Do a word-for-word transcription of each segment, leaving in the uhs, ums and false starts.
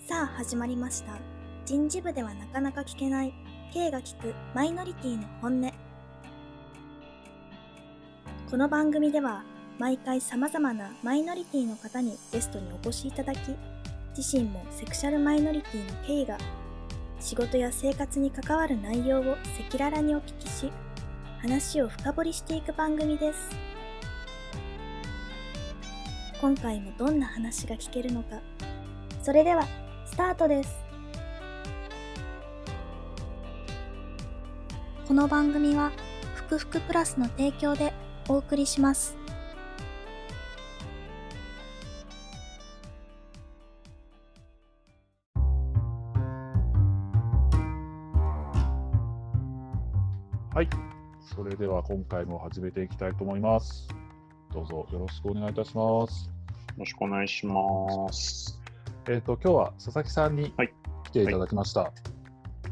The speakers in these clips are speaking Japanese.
さあ始まりました。人事部ではなかなか聞けない K が聞くマイノリティの本音。この番組では毎回さまざまなマイノリティの方にゲストにお越しいただき、自身もセクシャルマイノリティの K が仕事や生活に関わる内容を赤裸々にお聞きし、話を深掘りしていく番組です。今回もどんな話が聞けるのか。それではスタートです。この番組はふくふくプラスの提供でお送りします。 はい、それでは今回も始めていきたいと思います。どうぞよろしくお願いいたします。 よろしくお願いします。 えっと今日は佐々木さんに来ていただきました。はい、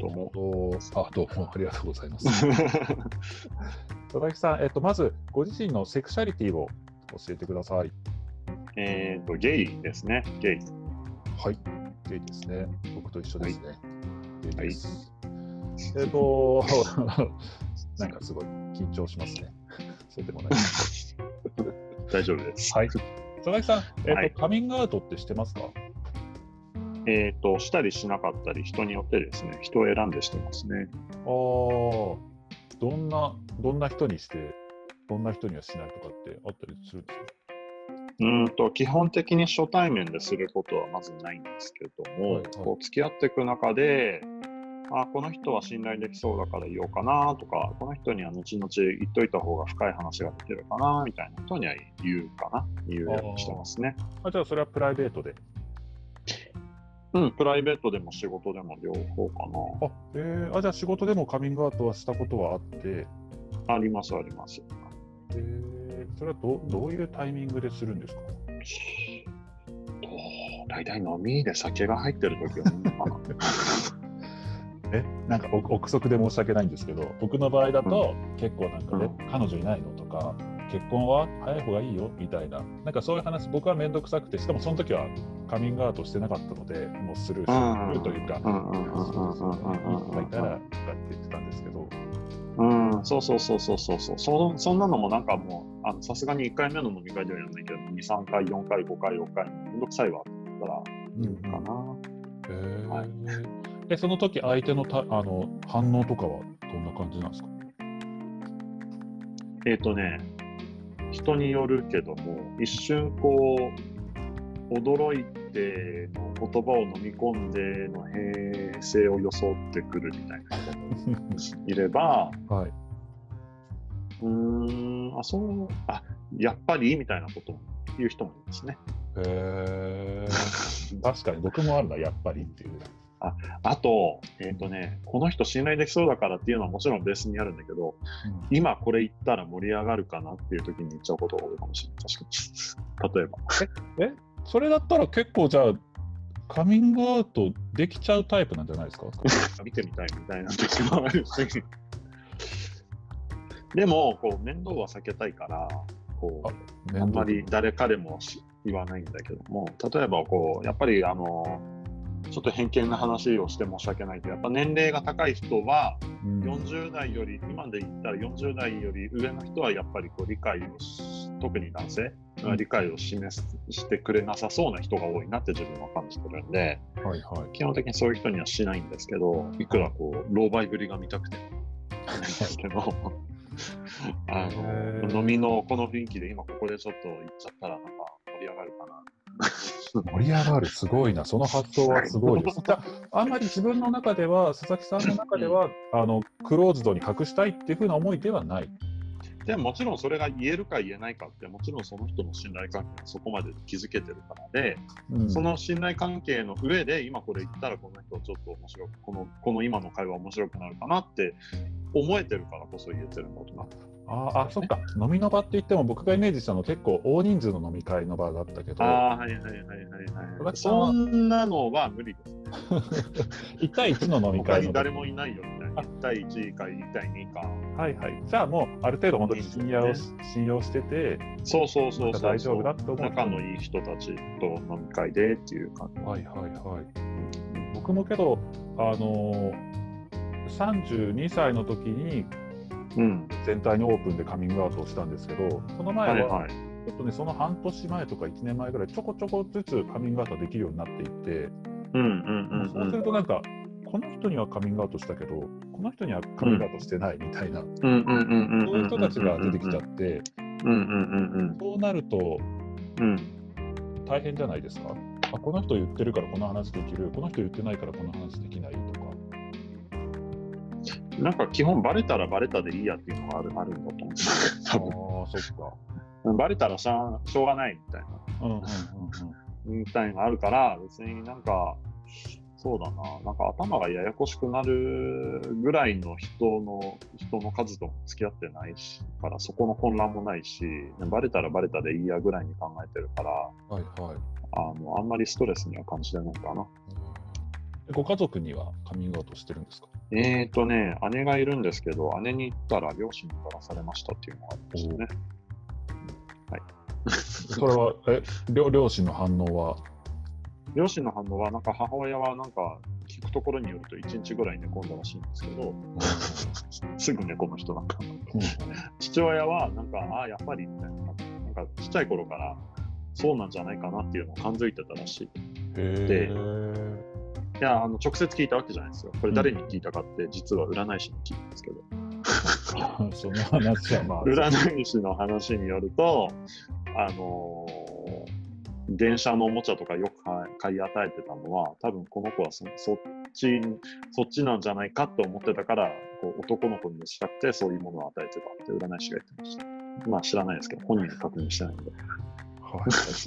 どうも。 あ、どうもありがとうございます。佐々木さん、えっとまずご自身のセクシャリティを教えてください。 えっとゲイですね。ゲイ。 はい、ゲイですね。僕と一緒ですね。はい、ゲイです。 はい、 えっとなんかすごい緊張しますね。そうでもないです。 大丈夫です。 はい。佐々木さん、えっと、はい、カミングアウトって知ってますか？ えっとしたりしなかったり人によってですね、人を選んでしてますね。 ああ、どんなどんな人にしてどんな人にはしないとかってあったりするんですか？ うんと基本的に初対面ですることはまずないんですけども、はいはい、こう付き合っていく中で。あ、この人は信頼できそうだから言おうかなとか、この人には後々言っといた方が深い話ができるかなみたいな人には言うかな、言うようにしてますね。 あ、じゃあそれはプライベートで？ うん、プライベートでも仕事でも両方かな。 あ、えー、あ、じゃあ仕事でもカミングアウトはしたことはあって？ ありますあります。 えー、それは ど, どういうタイミングでするんですか？ 大体飲みで酒が入ってる時はみんなかな。 え、なんか憶測で申し訳ないんですけど、僕の場合だと結構なんかね、うん、彼女いないのとか、結婚は早い方がいいよみたいな、なんかそういう話、僕は面倒くさくて、しかもその時はカミングアウトしてなかったので、もうスルーするというか、いっぱいいたらとかって言ってたんですけど、 うん、そうそうそうそうそうそう、そ, そんなのもなんかもう、さすがにいっかいめの飲み会ではやらないけど、に、さんかい、よんかい、ごかい、ろっかい、めんどくさいわって言ったら言うかな。うん、 へー、はい。でその時相手のたあの反応とかはどんな感じなんですか？ えっとね、人によるけども、一瞬こう驚いての言葉を飲み込んでの平静を装ってくるみたいな人もいれば、はい、うーん、あ、そう、あ、やっぱりみたいなことを言う人もいますね。 へー、確かに僕もあるな、やっぱりっていう。 あ, あと、えっとね、この人信頼できそうだからっていうのはもちろんベースにあるんだけど、うん、今これ言ったら盛り上がるかなっていう時に言っちゃうことが多いかもしれない。確かに。例えば。 え、え、それだったら結構じゃあカミングアウトできちゃうタイプなんじゃないですか？ 見てみたいみたいな時もあるし。でも、こう面倒は避けたいから、こう あ, あんまり誰彼も言わないんだけども、例えばこう、やっぱりあの、ちょっと偏見な話をして申し訳ないけど、やっぱ年齢が高い人はよんじゅう代より、うん、今で言ったらよんじゅう代より上の人はやっぱりこう理解をし、特に男性が理解を示してくれなさそうな人が多いなって自分は感じてるんで、はいはい、基本的にそういう人にはしないんですけど、いくらこう老媒ぶりが見たくてもないんですけどあの飲みのこの雰囲気で今ここでちょっと行っちゃったらなんか盛り上がるかな。 盛り上がる、すごいな、その発想はすごいです。じゃあ、あんまり自分の中では、佐々木さんの中では、あのクローズドに隠したいっていう風な思いではない。 でももちろんそれが言えるか言えないかって、もちろんその人の信頼関係がそこまで築けてるからで、うん、その信頼関係の上で、今これ言ったらこの人ちょっと面白く、この、この今の会話面白くなるかなって思えてるからこそ言えてるんだと思う。 ああ、そっか、飲みの場って言っても僕がイメージしたの結構大人数の飲み会の場だったけど、 ああ、はいはいはいはいはい。そんなのは無理ですね。 いち対いちの飲み会の他に誰もいないよみたいな。いち対いちかいち対にか。 はいはい。じゃあもうある程度本当に信用を、ね、信用してて、 そうそうそうそう、 大丈夫だと思う。 仲のいい人たちと飲み会でっていう感じ。 はいはいはい。 僕もけど、あのさんじゅうにさいの時に全体にオープンでカミングアウトをしたんですけど、その前はちょっとね、その半年前とかいちねんまえぐらいちょこちょこずつカミングアウトできるようになっていって、そうするとなんかこの人にはカミングアウトしたけどこの人にはカミングアウトしてないみたいな、そういう人たちが出てきちゃって、そうなると大変じゃないですか。あ、この人言ってるからこの話できる、この人言ってないからこの話できないとか。 なんか基本バレたらバレたでいいやっていうのがあるあるんだと思うんですよ。多分。 ああ、そっか。バレたらしゃしょうがないみたいな。うんうんうんうん。みたいなのがあるから、別になんか、そうだな、なんか頭がややこしくなるぐらいの人の人の数とも付き合ってないしから、そこの混乱もないし、バレたらバレたでいいやぐらいに考えてるから、はいはい、あのあんまりストレスには感じてないかな。 ご家族にはカミングアウトしてるんですか？ えーとね、姉がいるんですけど、姉に言ったら両親にからされましたっていうのがありましたね。はい。 それはえ両、両親の反応は？ 両親の反応は、なんか母親はなんか聞くところによるといちにちぐらい寝込んだらしいんですけど、すぐ寝込む人なんか、うん、父親はなんか、ああ、やっぱりみたいな、なんかちっちゃい頃からそうなんじゃないかなっていうのを感づいてたらしい。で、いや、あの直接聞いたわけじゃないですよ。これ誰に聞いたかって、うん、実は占い師に聞いたんですけど。 その話はまあ。 占い師の話によると、あのー、電車のおもちゃとかよく買い与えてたのは、多分この子は そ, そ, っちそっちなんじゃないかって思ってたから、こう男の子にしたくてそういうものを与えてたって占い師が言ってました。まあ知らないですけど、本人に確認してないので。 はい、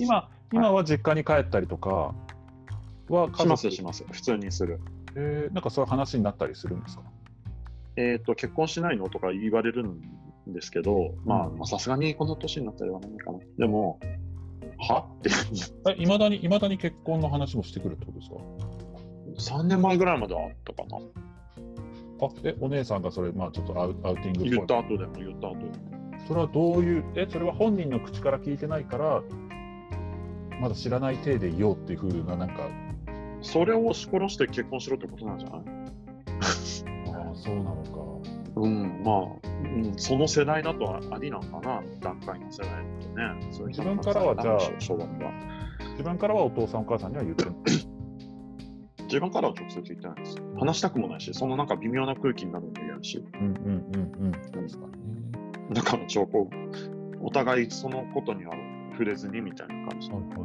今, 今は実家に帰ったりとかはしますします。普通にする。 えー、なんかそういう話になったりするんですか？ えっと、結婚しないのとか言われるんですけど、まあさすがにこの年になったら言わないかな。でも、はっていまだに、いまだに結婚の話もしてくるってことですか？さんねんまえぐらいまであったかな。 あ、え、お姉さんがそれ、まあちょっとアウ、アウティング言った後でも言った後でも。 それはどういう、え、それは本人の口から聞いてないから、まだ知らない体でいようっていうふうな、なんか。 それを押し殺して結婚しろってことなんじゃない？ ああ、そうなのか。 うん、まあ、うん、その世代だとありなのかな、段階の世代だとね。そういう自分からはじゃあ、 小学は自分からはお父さんお母さんには言ってるの？ 自分からは直接言ってないです。話したくもないし、そのなんか微妙な空気になるのも嫌だし。 うんうんうんうん。確かにね。 だからちょこう、お互いそのことには触れずにみたいな感じ。はいはいはい、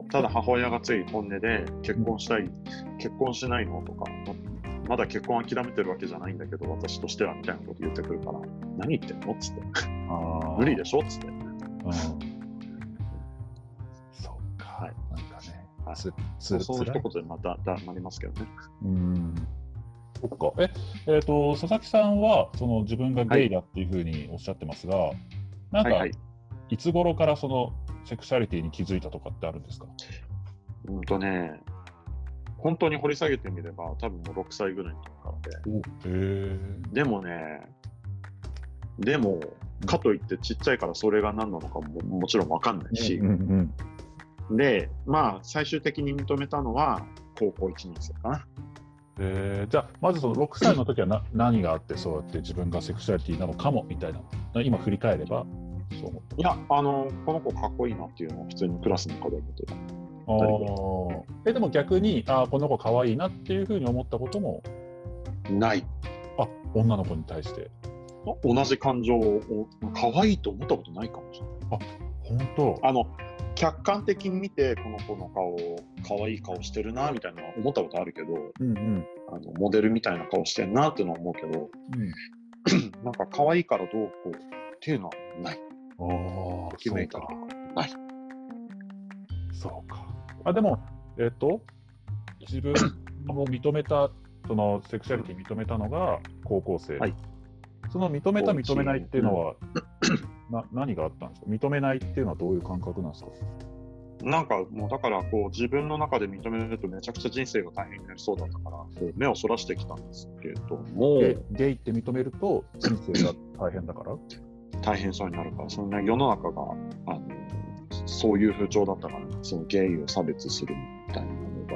ただ母親がつい本音で結婚したい、うん、結婚しないのとか、まだ結婚諦めてるわけじゃないんだけど、私としてはみたいなこと言ってくるから、何言ってんのっつって。あ無理でしょっつって。うん、 そうか。はい、なんかね。 はい、つつその一言でまたなりますけどね。 うん。そっか。え、えーと、佐々木さんはその自分がゲイだっていうふうにおっしゃってますが、はい、なんか、はいはい、いつ頃からそのセクシャリティに気づいたとかってあるんですか？ うんとね、本当に掘り下げてみれば、多分もうろくさいぐらいの時からで。へでもね、でも、かといってちっちゃいからそれが何なのかももちろん分かんないし、うんうんうん、で、まあ、最終的に認めたのは高校いちねん生かな。 えー、じゃあまずそのろくさいの時はな何があってそうやって自分がセクシュアリティなのかもみたいな、今振り返ればそう思った？ いや、あのこの子かっこいいなっていうのを普通にクラスの中で思ってた。 あえでも逆にあこの子かわいいなっていうふうに思ったこともない。 あ、女の子に対して同じ感情をかわいいと思ったことないかもしれない。 あ、本当？ あの客観的に見てこの子の顔かわいい顔してるなみたいな思ったことあるけど、うんうん、あのモデルみたいな顔してるなっていうのは思うけど、うん、なんかかわいいからどうこうっていうのはない。ああ、決めたらない。 そうか。あでもえっと自分を認めたそのセクシャリティ認めたのが高校生。はい、その認めた認めないっていうのは、うん、な何があったんですか？認めないっていうのはどういう感覚なんですか？ なんかもうだからこう自分の中で認めるとめちゃくちゃ人生が大変になりそうだったからこう目をそらしてきたんですけども、 ゲイって認めると人生が大変だから大変そうになるから、そんな世の中があのそういう風潮だったから、そのゲイを差別するみたいなのが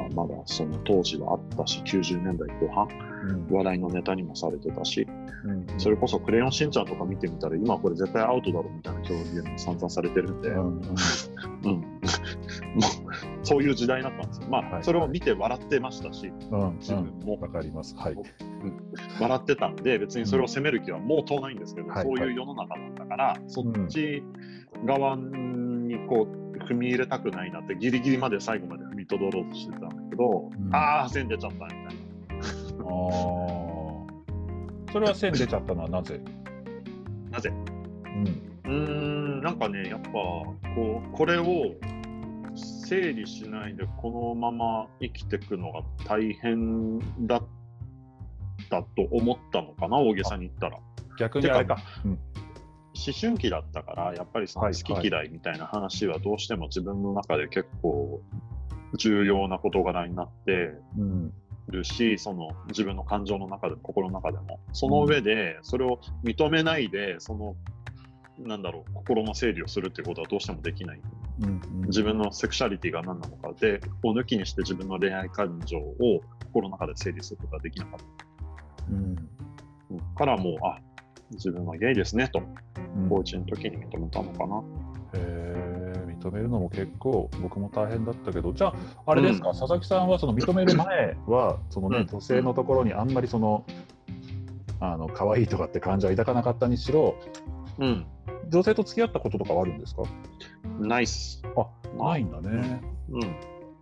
はまだその当時はあったし、きゅうじゅうねんだいこう半、うん、話題のネタにもされてたし、うん、それこそクレヨンしんちゃんとか見てみたら今これ絶対アウトだろみたいな表現も散々されてるんで、うんうん、もうそういう時代だったんですよ。まあ、はい、それを見て笑ってましたし、 うん、自分もわかります、はい、うん、 笑ってたんで別にそれを責める気はもう遠ないんですけど、うん、そういう世の中だったから、はいはい、そっち側にこう踏み入れたくないなってギリギリまで最後まで踏みとどろうとしてたんだけど、うん、ああ線出ちゃったみたいな。 あそれは線出ちゃったのはなぜ？ なぜ？うん、うーんなんかねやっぱこうこれを整理しないでこのまま生きていくのが大変だったと思ったのかな、大げさに言ったら。 逆にあれか、うん、 思春期だったからやっぱりその好き嫌いみたいな話はどうしても自分の中で結構重要な事柄になってるし、うん、その自分の感情の中でも心の中でもその上でそれを認めないでそのなんだろう心の整理をするっていうことはどうしてもできない、うんうん、自分のセクシャリティが何なのかでを抜きにして自分の恋愛感情を心の中で整理することはできなかった、うん、からもうあ自分はゲイですねと高いちの時に認めたのかな、うん、 へー認めるのも結構僕も大変だったけど、じゃああれですか、うん、佐々木さんはその認める前はその、ねうん、女性のところにあんまりそのあの可愛いとかって感情は抱かなかったにしろ、うん、女性と付き合ったこととかはあるんですか？ ないっす。 あ、ないんだね。うん。うん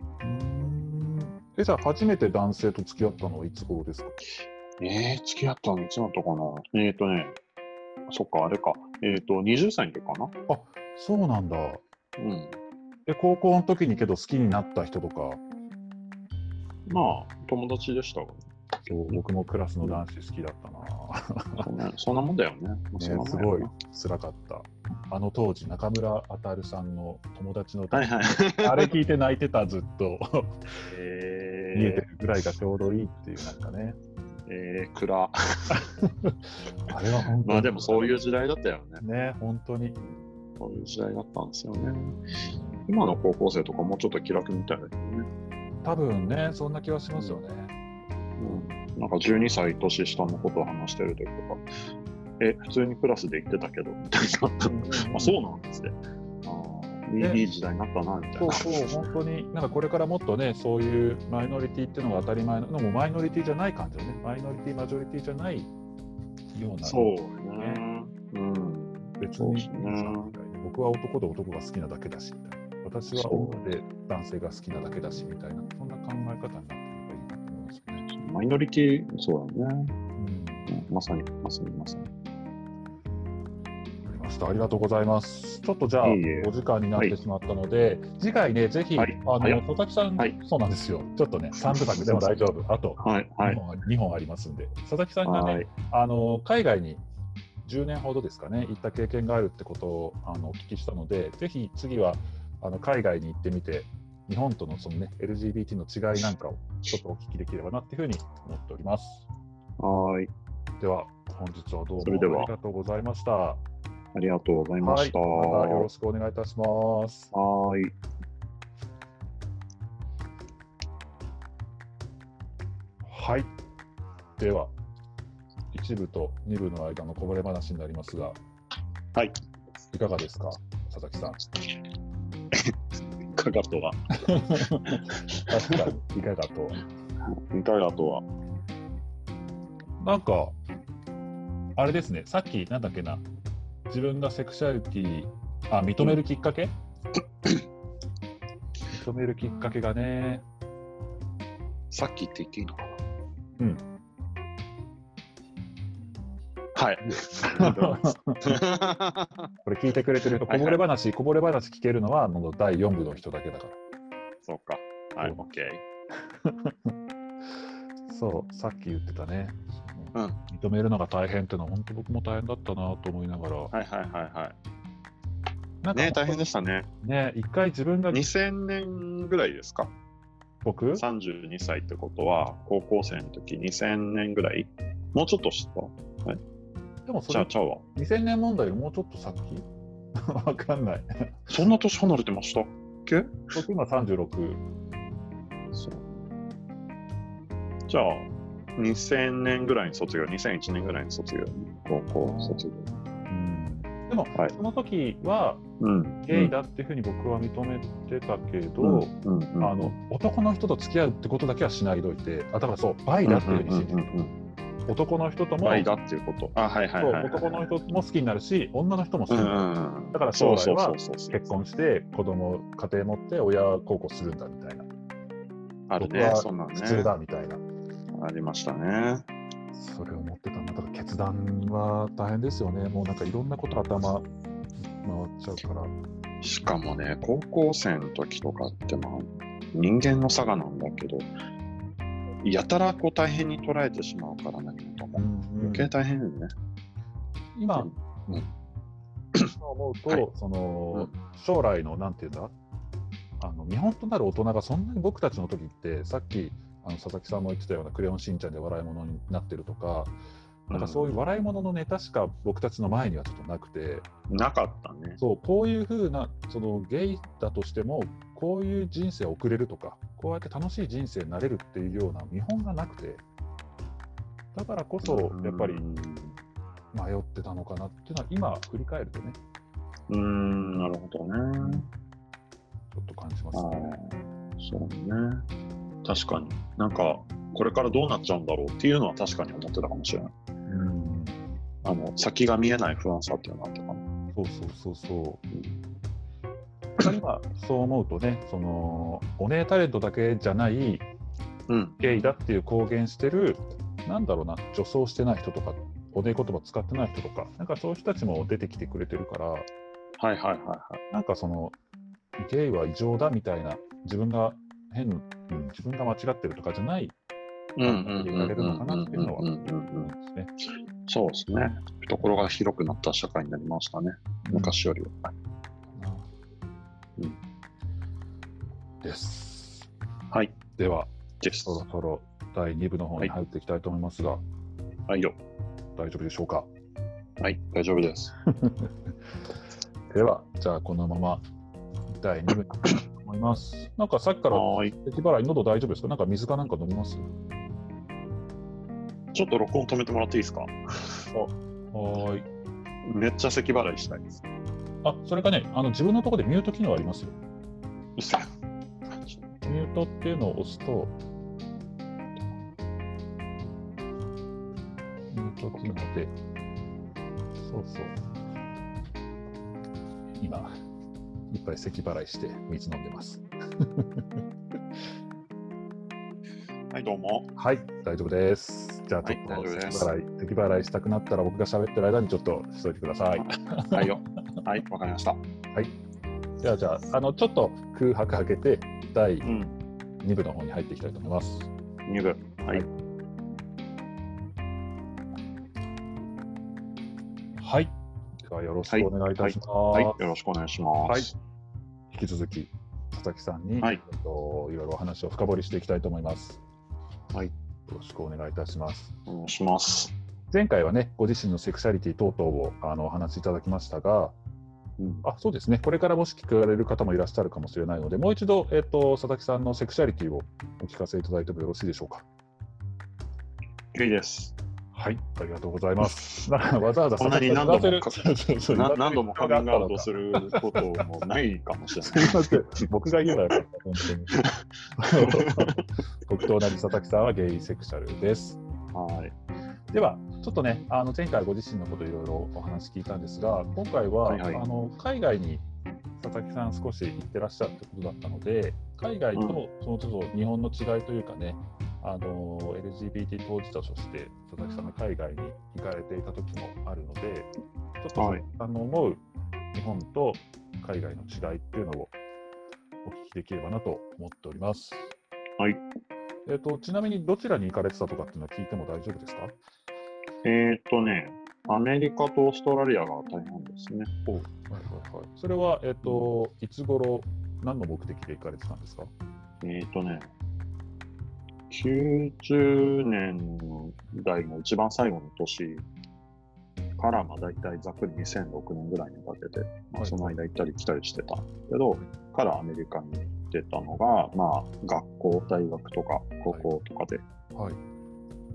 え、じゃあ初めて男性と付き合ったのはいつ頃ですか？ えー、付き合ったのいつだったかな。えっとね、そっかあれか。えっとにじゅっさいの時かな。 あ、そうなんだ。うん。え、高校の時にけど好きになった人とか？ まあ友達でした。 そう僕もクラスの男子好きだったな。 そうね、そんなもんだよね。 ねすごい辛かった。あの当時中村あたるさんの友達の歌、はいはい、あれ聞いて泣いてたずっと、えー、見えてるぐらいがちょうどいいっていうなんかね。 えー、暗。あれは本当に。 まあでもそういう時代だったよね。 ね本当に。 そういう時代だったんですよね。今の高校生とかもうちょっと気楽みたいだけどね。 多分ねそんな気はしますよね。 うん、なんかじゅうにさい年下のことを話してる時とか、え、普通にクラスで言ってたけど、みたいな。あ、そうなんですね。あいい時代になったな、みたいな。 そうそう、本当に、なんかこれからもっとね、そういうマイノリティっていうのが当たり前の、でもマイノリティじゃない感じだね。マイノリティ、マジョリティじゃないような。 そうね。うん。 別に、ね、僕は男で男が好きなだけだし、みたいな。私は女で男性が好きなだけだし、みたいな、そんな考え方になってればいいなと思いますね。 マイノリティ、そうだね。うん、まさに、まさに、まさに。 ありがとうございます。ちょっとじゃあ、いいお時間になってしまったので、はい、次回ね、ぜひ、はい、あの、はい、佐々木さん、はい、そうなんですよ。ちょっとね、さんぶ作でも大丈夫。あと、はいはい、にほん、にほんありますんで、佐々木さんがね、はい、あの海外にじゅうねんほどですかね、行った経験があるってことをあのお聞きしたので、ぜひ次はあの海外に行ってみて、日本とのそのね エルジービーティー の違いなんかをちょっとお聞きできればなっていうふうに思っております。 はい。 では本日はどうもありがとうございました。 ありがとうございました。 はい、またよろしくお願いいたします。 はい。 はい。では、一部と二部の間のこぼれ話になりますが、 はい。 いかがですか、佐々木さん。 いかがとは。 確かに、いかがとは。 いかがとは。 なんか、あれですね、さっき、なんだっけな、自分がセクシャリティ、あ、認めるきっかけ、うん、認めるきっかけがね。 さっきって言っていいのかな。 うん。 はい。 これ聞いてくれてると、こぼれ話、はいはい、こぼれ話聞けるのはのだいよんぶの人だけだから。 そうか。はい、オッケー。そう、さっき言ってたね。うん、認めるのが大変っていうのは本当僕も大変だったなと思いながら。 はいはいはいはい。なんかね、大変でしたね。 ね、一回自分がにせんねんぐらいですか。 僕さんじゅうにさいってことは高校生の時にせんねんぐらい、もうちょっと知った。え？ でもそれちゃうわ。にせんねん問題よりもうちょっと先？わかんない。 そんな年離れてましたっけ？ 僕今さんじゅうろく。 そうじゃあにせんねんぐらいに卒業、にせんいちねんぐらいに卒業、高校卒業。 でも、はい、その時は、うん、ゲイだっていうふうに僕は認めてたけど、うんうん、あの男の人と付き合うってことだけはしないでおいて、あだからそうバイだっていうふうに信じてる。男の人ともバイだっていうこと。あ、はいはいはい、はい、 男の人も好きになるし、女の人も好きになる。うんうん、だから将来は結婚して子供家庭持って親孝行するんだみたいな。 あるね、そんなのね。 普通だみたいな。 ありましたね。 それを持ってたんだから決断は大変ですよね。もうなんかいろんなこと頭回っちゃうから。 しかもね、高校生の時とかってまあ人間の差がなんだけど、やたらこう大変に捉えてしまうから何事も、うんうん、余計大変よね。 今、うん、思うと、はい、その、うん、将来のなんていうんだ、あの見本となる大人がそんなに僕たちの時ってさっきあの佐々木さんも言ってたようなクレヨンしんちゃんで笑い物になってるとか、なんかそういう笑い物のネタしか僕たちの前にはちょっとなくて、 なかったね。 そうこういう風なそのゲイだとしてもこういう人生を送れるとか、こうやって楽しい人生になれるっていうような見本がなくて、だからこそやっぱり迷ってたのかなっていうのは今振り返るとね。 うーん、なるほどね。 ちょっと感じますね。 そうね。確かになんかこれからどうなっちゃうんだろうっていうのは確かに思ってたかもしれない。うん、あの先が見えない不安さっていうのがあったかな。 そうそうそうそう。うん、今そう思うとね、そのお姉タレントだけじゃない、うん、ゲイだっていう公言してるなんだろうな、女装してない人とかお姉言葉使ってない人とか、なんかそういう人たちも出てきてくれてるから、はいはいはいはい。 なんかそのゲイは異常だみたいな、自分が変、うん、自分が間違ってるとかじゃないうんうんうんうんうんそうですね。懐が広くなった社会になりましたね。昔よりは。 うん、です。 はい。 ではです。 そろそろだいに部の方に入っていきたいと思いますが、はい、 はいよ。 大丈夫でしょうか。 はい、大丈夫です。 ではじゃあこのままだいに部に思います。なんかさっきから咳払い、喉大丈夫ですか？なんか水かなんか飲みます？ ちょっと録音止めてもらっていいですか？ あ、はい。 めっちゃ咳払いしたいです。 あ、それかね、あの自分のところでミュート機能ありますよ。ミュートっていうのを押すと、ミュート機能で、そうそう。今。いっぱい咳払いして水飲んでます。 はいどうも。 はい大丈夫です。じゃあちょっと、はい、咳払い咳払いしたくなったら僕が喋ってる間にちょっとしといてください。 はいよ。はいわかりました。はい。 じゃあじゃああのちょっと空白開けてだいに部の方に入っていきたいと思います。 に部はい。 はい。ではよろしくお願いいたします。 はいはいはい、よろしくお願いします。はい。 引き続き佐々木さんに、はい、えっと、いろいろお話を深掘りしていきたいと思います。はい。よろしくお願いいたします。 お願いします。 前回はね、ご自身のセクシャリティ等々をあのお話しいただきましたが、うん、あ、そうですね。これからもし聞かれる方もいらっしゃるかもしれないので、もう一度、えっと、佐々木さんのセクシャリティをお聞かせいただいてもよろしいでしょうか。 いいです。 はい、ありがとうございます。わざわざこんなに何度も何度もカミングアウトすることもないかもしれない。 すみません、僕が言うなら本当に。僕と同じ佐々木さんはゲイセクシャルです。はい。ではちょっとね、あの前回ご自身のこといろいろお話聞いたんですが、今回は、はいはい、あの海外に佐々木さん少し行ってらっしゃるってことだったので、海外とそのちょっと日本の違いというかね。あの エルジービーティー 当事者として佐々木さんが海外に行かれていた時もあるので、ちょっと、はい、あの思う日本と海外の違いっていうのをお聞きできればなと思っております。 はい。 えっと、ちなみにどちらに行かれてたとかっていうのは聞いても大丈夫ですか？ えー、っとね、アメリカとオーストラリアが大半ですね。 お、はいはいはい。それは、えっと、いつ頃何の目的で行かれてたんですか？ えー、っとね、きゅうじゅうねんだいの一番最後の年から、まあ、大体ざっくりにせんろくねんぐらいにかけて、まあ、その間行ったり来たりしてたんだけど、はい、からアメリカに行ってたのが、まあ、学校、大学とか高校とかで、はいはい、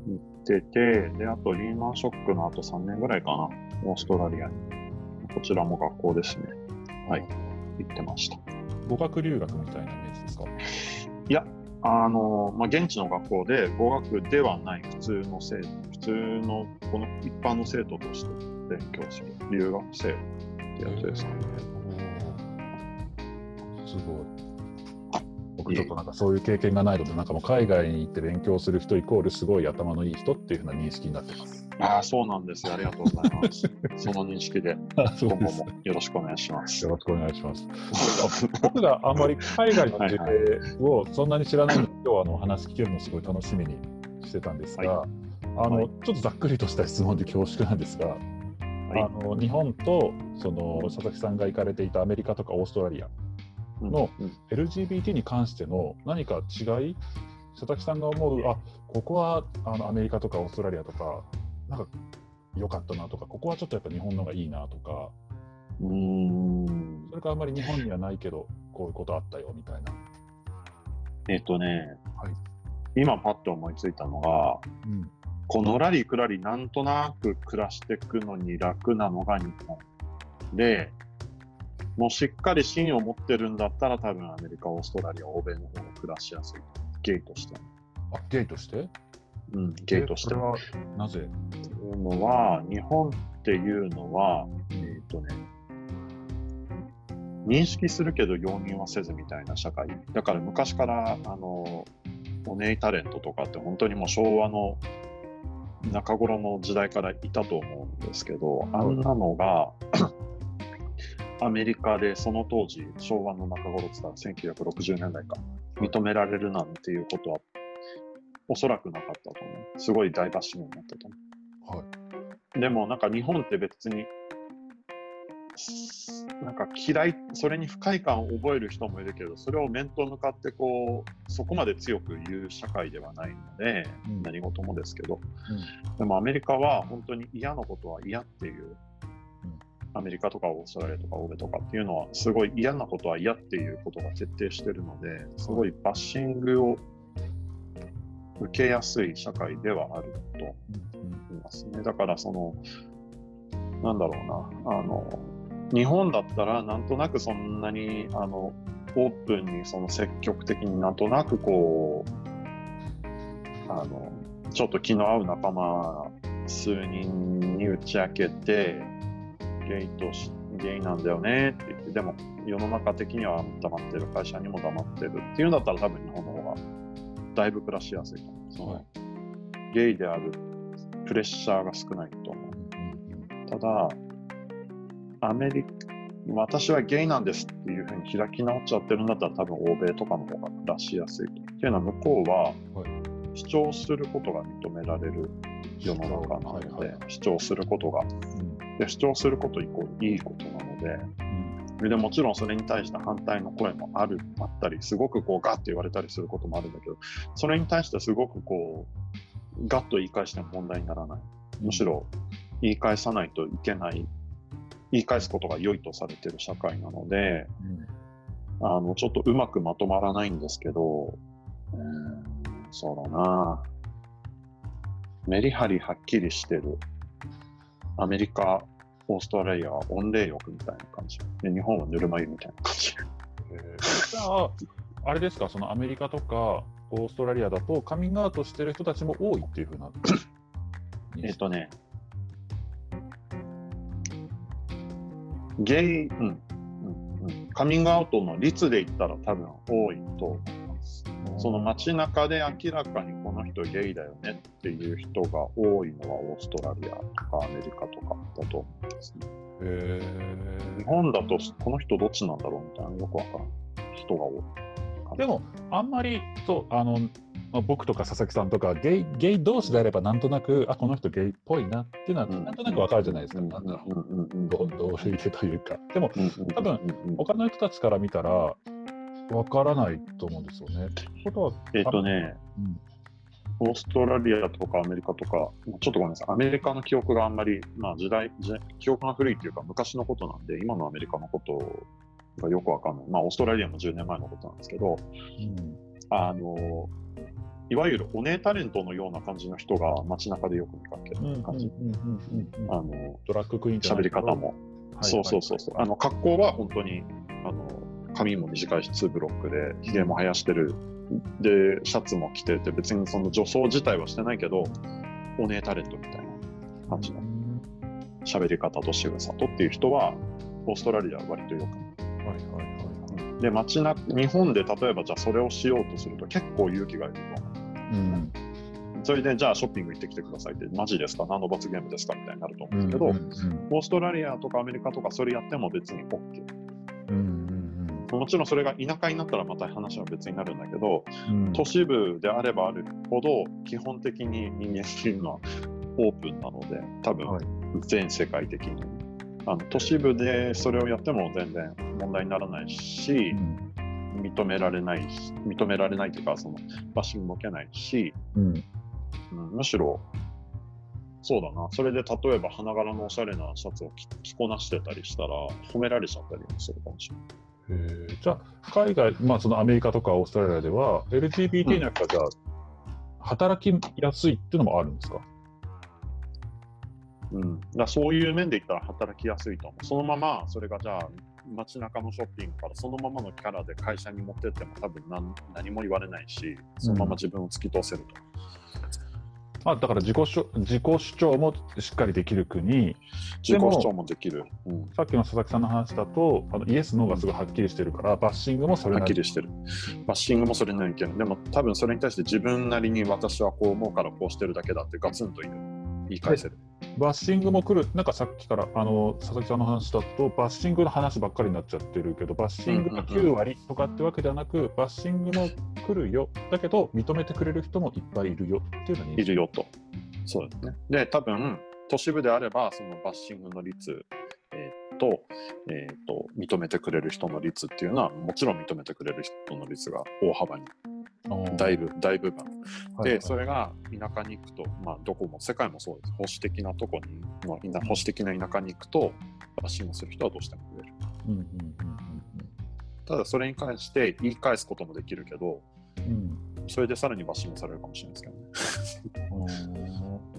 ってて、で、あとリーマンショックのあとさんねんぐらいかな、オーストラリアに。こちらも学校ですね。はい。行ってました。 語学留学みたいなイメージですか？ いや、あの、まあ、現地の学校で語学ではない普通の生徒、普通のこの一般の生徒として勉強する留学生ってやつですね。 すごい。僕ちょっとなんかそういう経験がないので、なんかもう海外に行って勉強する人イコールすごい頭のいい人っていうふうな認識になってます。 ああ、そうなんですよ。ありがとうございます。その認識で今後もよろしくお願いします。 よろしくお願いします。僕があんまり海外の事例をそんなに知らないので、今日はあの話聞けるのすごい楽しみにしてたんですが、はい、あの、はい、ちょっとざっくりとした質問で恐縮なんですが、はい、あの日本とその佐々木さんが行かれていたアメリカとかオーストラリアの エルジービーティー に関しての何か違い、佐々木さんが思う、あ、ここはあのアメリカとかオーストラリアとかなんか良かったなとか、ここはちょっとやっぱ日本の方がいいなとか、うーん、それからあんまり日本にはないけどこういうことあったよみたいな。 えっとね、 はい、 今パッと思いついたのが、うん、このらりくらりなんとなく暮らしていくのに楽なのが日本で、もうしっかり芯を持ってるんだったら多分アメリカ、オーストラリア、欧米の方が暮らしやすい。ゲイとして。 あ、ゲイとして？ うん、ゲイとして。 それはなぜ？ というのは、日本っていうのは、えーとね、認識するけど容認はせずみたいな社会。だから昔からあのおネイタレントとかって本当にもう昭和の中頃の時代からいたと思うんですけど、あんなのがアメリカでその当時昭和の中頃って言ったらせんきゅうひゃくろくじゅうねんだいか認められるなんていうことはおそらくなかったと思う。すごい大バッシングになったと思う。はい、でもなんか日本って別になんか嫌い、それに不快感を覚える人もいるけど、それを面と向かってこうそこまで強く言う社会ではないので、うん、何事もですけど、うん、でもアメリカは本当に嫌なことは嫌っていう、アメリカとかオーストラリアとか欧米とかっていうのはすごい嫌なことは嫌っていうことが徹底してるので、すごいバッシングを受けやすい社会ではあると思いますね。だからそのなんだろうな、あの日本だったらなんとなくそんなにあのオープンにその積極的になんとなくこうあのちょっと気の合う仲間数人に打ち明けてゲイとしゲイなんだよねって言って、でも世の中的には黙ってる、会社にも黙ってるっていうんだったら多分日本の方がだいぶ暮らしやすいと思う。その、はい、ゲイであるプレッシャーが少ないと思う。ただアメリカ、私はゲイなんですっていうふうに開き直っちゃってるんだったら多分欧米とかの方が暮らしやすいと。っていうのは向こうは、はい、主張することが認められる世の中なので、はいはい、主張することが、うん、で主張することイコールいいことなので、うん、でもちろんそれに対して反対の声もあるあったり、すごくこうガッと言われたりすることもあるんだけど、それに対してすごくこうガッと言い返しても問題にならない。むしろ言い返さないといけない、言い返すことが良いとされている社会なので、うん、あのちょっとうまくまとまらないんですけど、えー、そうだな、メリハリはっきりしてる。アメリカ、オーストラリアは温冷浴みたいな感じで、日本はぬるま湯みたいな感じ。 えー、じゃああれですか、そのアメリカとかオーストラリアだとカミングアウトしてる人たちも多いっていうふうなえっとねゲイ、うんうんうん、カミングアウトの率で言ったら多分多いと思います。その街中で明らかにこの人ゲイだよねっていう人が多いのはオーストラリアとかアメリカとかだと思うんですね。 へー、日本だとこの人どっちなんだろうみたいなよくわからん人が多い。 でもあんまりそうあのまあ、僕とか佐々木さんとかゲイ、ゲイ同士であればなんとなくあこの人ゲイっぽいなっていうのはなんとなくわかるじゃないですか、なんだろう、同類でというか。でも多分他の人たちから見たらわからないと思うんですよね。 ことはえっとね、うん、オーストラリアとかアメリカとかちょっとごめんなさい、アメリカの記憶があんまり、まあ、時代記憶が古いというか昔のことなんで今のアメリカのことがよくわかんない。まあオーストラリアもじゅうねんまえのことなんですけど、うん、あのいわゆるお姉タレントのような感じの人が街中でよく見かける感じ。あのドラッグクイーンじゃない喋り方も、はい、そうそうそうそう、あの格好は本当にあの髪も短いしツーブロックでひげも生やしてるでシャツも着てて別にその女装自体はしてないけどお姉タレントみたいな感じの喋り方と仕草とっていう人はオーストラリアは割とよく、はいはいはいはい、で街な日本で例えばじゃあそれをしようとすると結構勇気がいると思う、うん、それでじゃあショッピング行ってきてくださいってマジですか何の罰ゲームですかみたいになると思うんですけど、うんうんうん、オーストラリアとかアメリカとかそれやっても別に OK、うんうんうん、もちろんそれが田舎になったらまた話は別になるんだけど、うん、都市部であればあるほど基本的に人間っていうのはオープンなので多分全世界的に、はい、あの都市部でそれをやっても全然問題にならないし、うん、認められない認められないというかそのバッシングも受けないし、うんうん、むしろそうだなそれで例えば花柄のおしゃれなシャツを 着, 着こなしてたりしたら褒められちゃったりもするかもしれない。 へじゃあ海外、まあ、そのアメリカとかオーストラリアでは エルジービーティー の人がじゃあ、うん、働きやすいっていうのもあるんですか？ うん、だそういう面で言ったら働きやすいと思う。そのままそれがじゃあ街中のショッピングからそのままのキャラで会社に持ってっても多分 何, 何も言われないしそのまま自分を突き通せると、 うん、あだから自己主自己主張もしっかりできる国自己主張もできる、 うん、さっきの佐々木さんの話だとあのイエスノーがすごいはっきりしてるから、うん、バッシングもそれなりはっきりしてるバッシングもそれなりにいける。でも多分それに対して自分なりに私はこう思うからこうしてるだけだってガツンと言う言い返せる。 バッシングも来る、なんかさっきからあの佐々木さんの話だとバッシングの話ばっかりになっちゃってるけどバッシングがきゅうわりとかってわけではなく、うんうんうん、バッシングも来るよだけど認めてくれる人もいっぱいいるよっていうのにいるよと。そうですね。で多分都市部であればそのバッシングの率、えーとえー、と認めてくれる人の率っていうのはもちろん認めてくれる人の率が大幅にだいぶ大部分、はい、でそれが田舎に行くと、まあ、どこも世界もそうです。保守的なとこに、まあ、保守的な田舎に行くとバッシングする人はどうしても増える、うんうんうんうん、ただそれに関して言い返すこともできるけど、うん、それでさらにバッシングされるかもしれないですけどね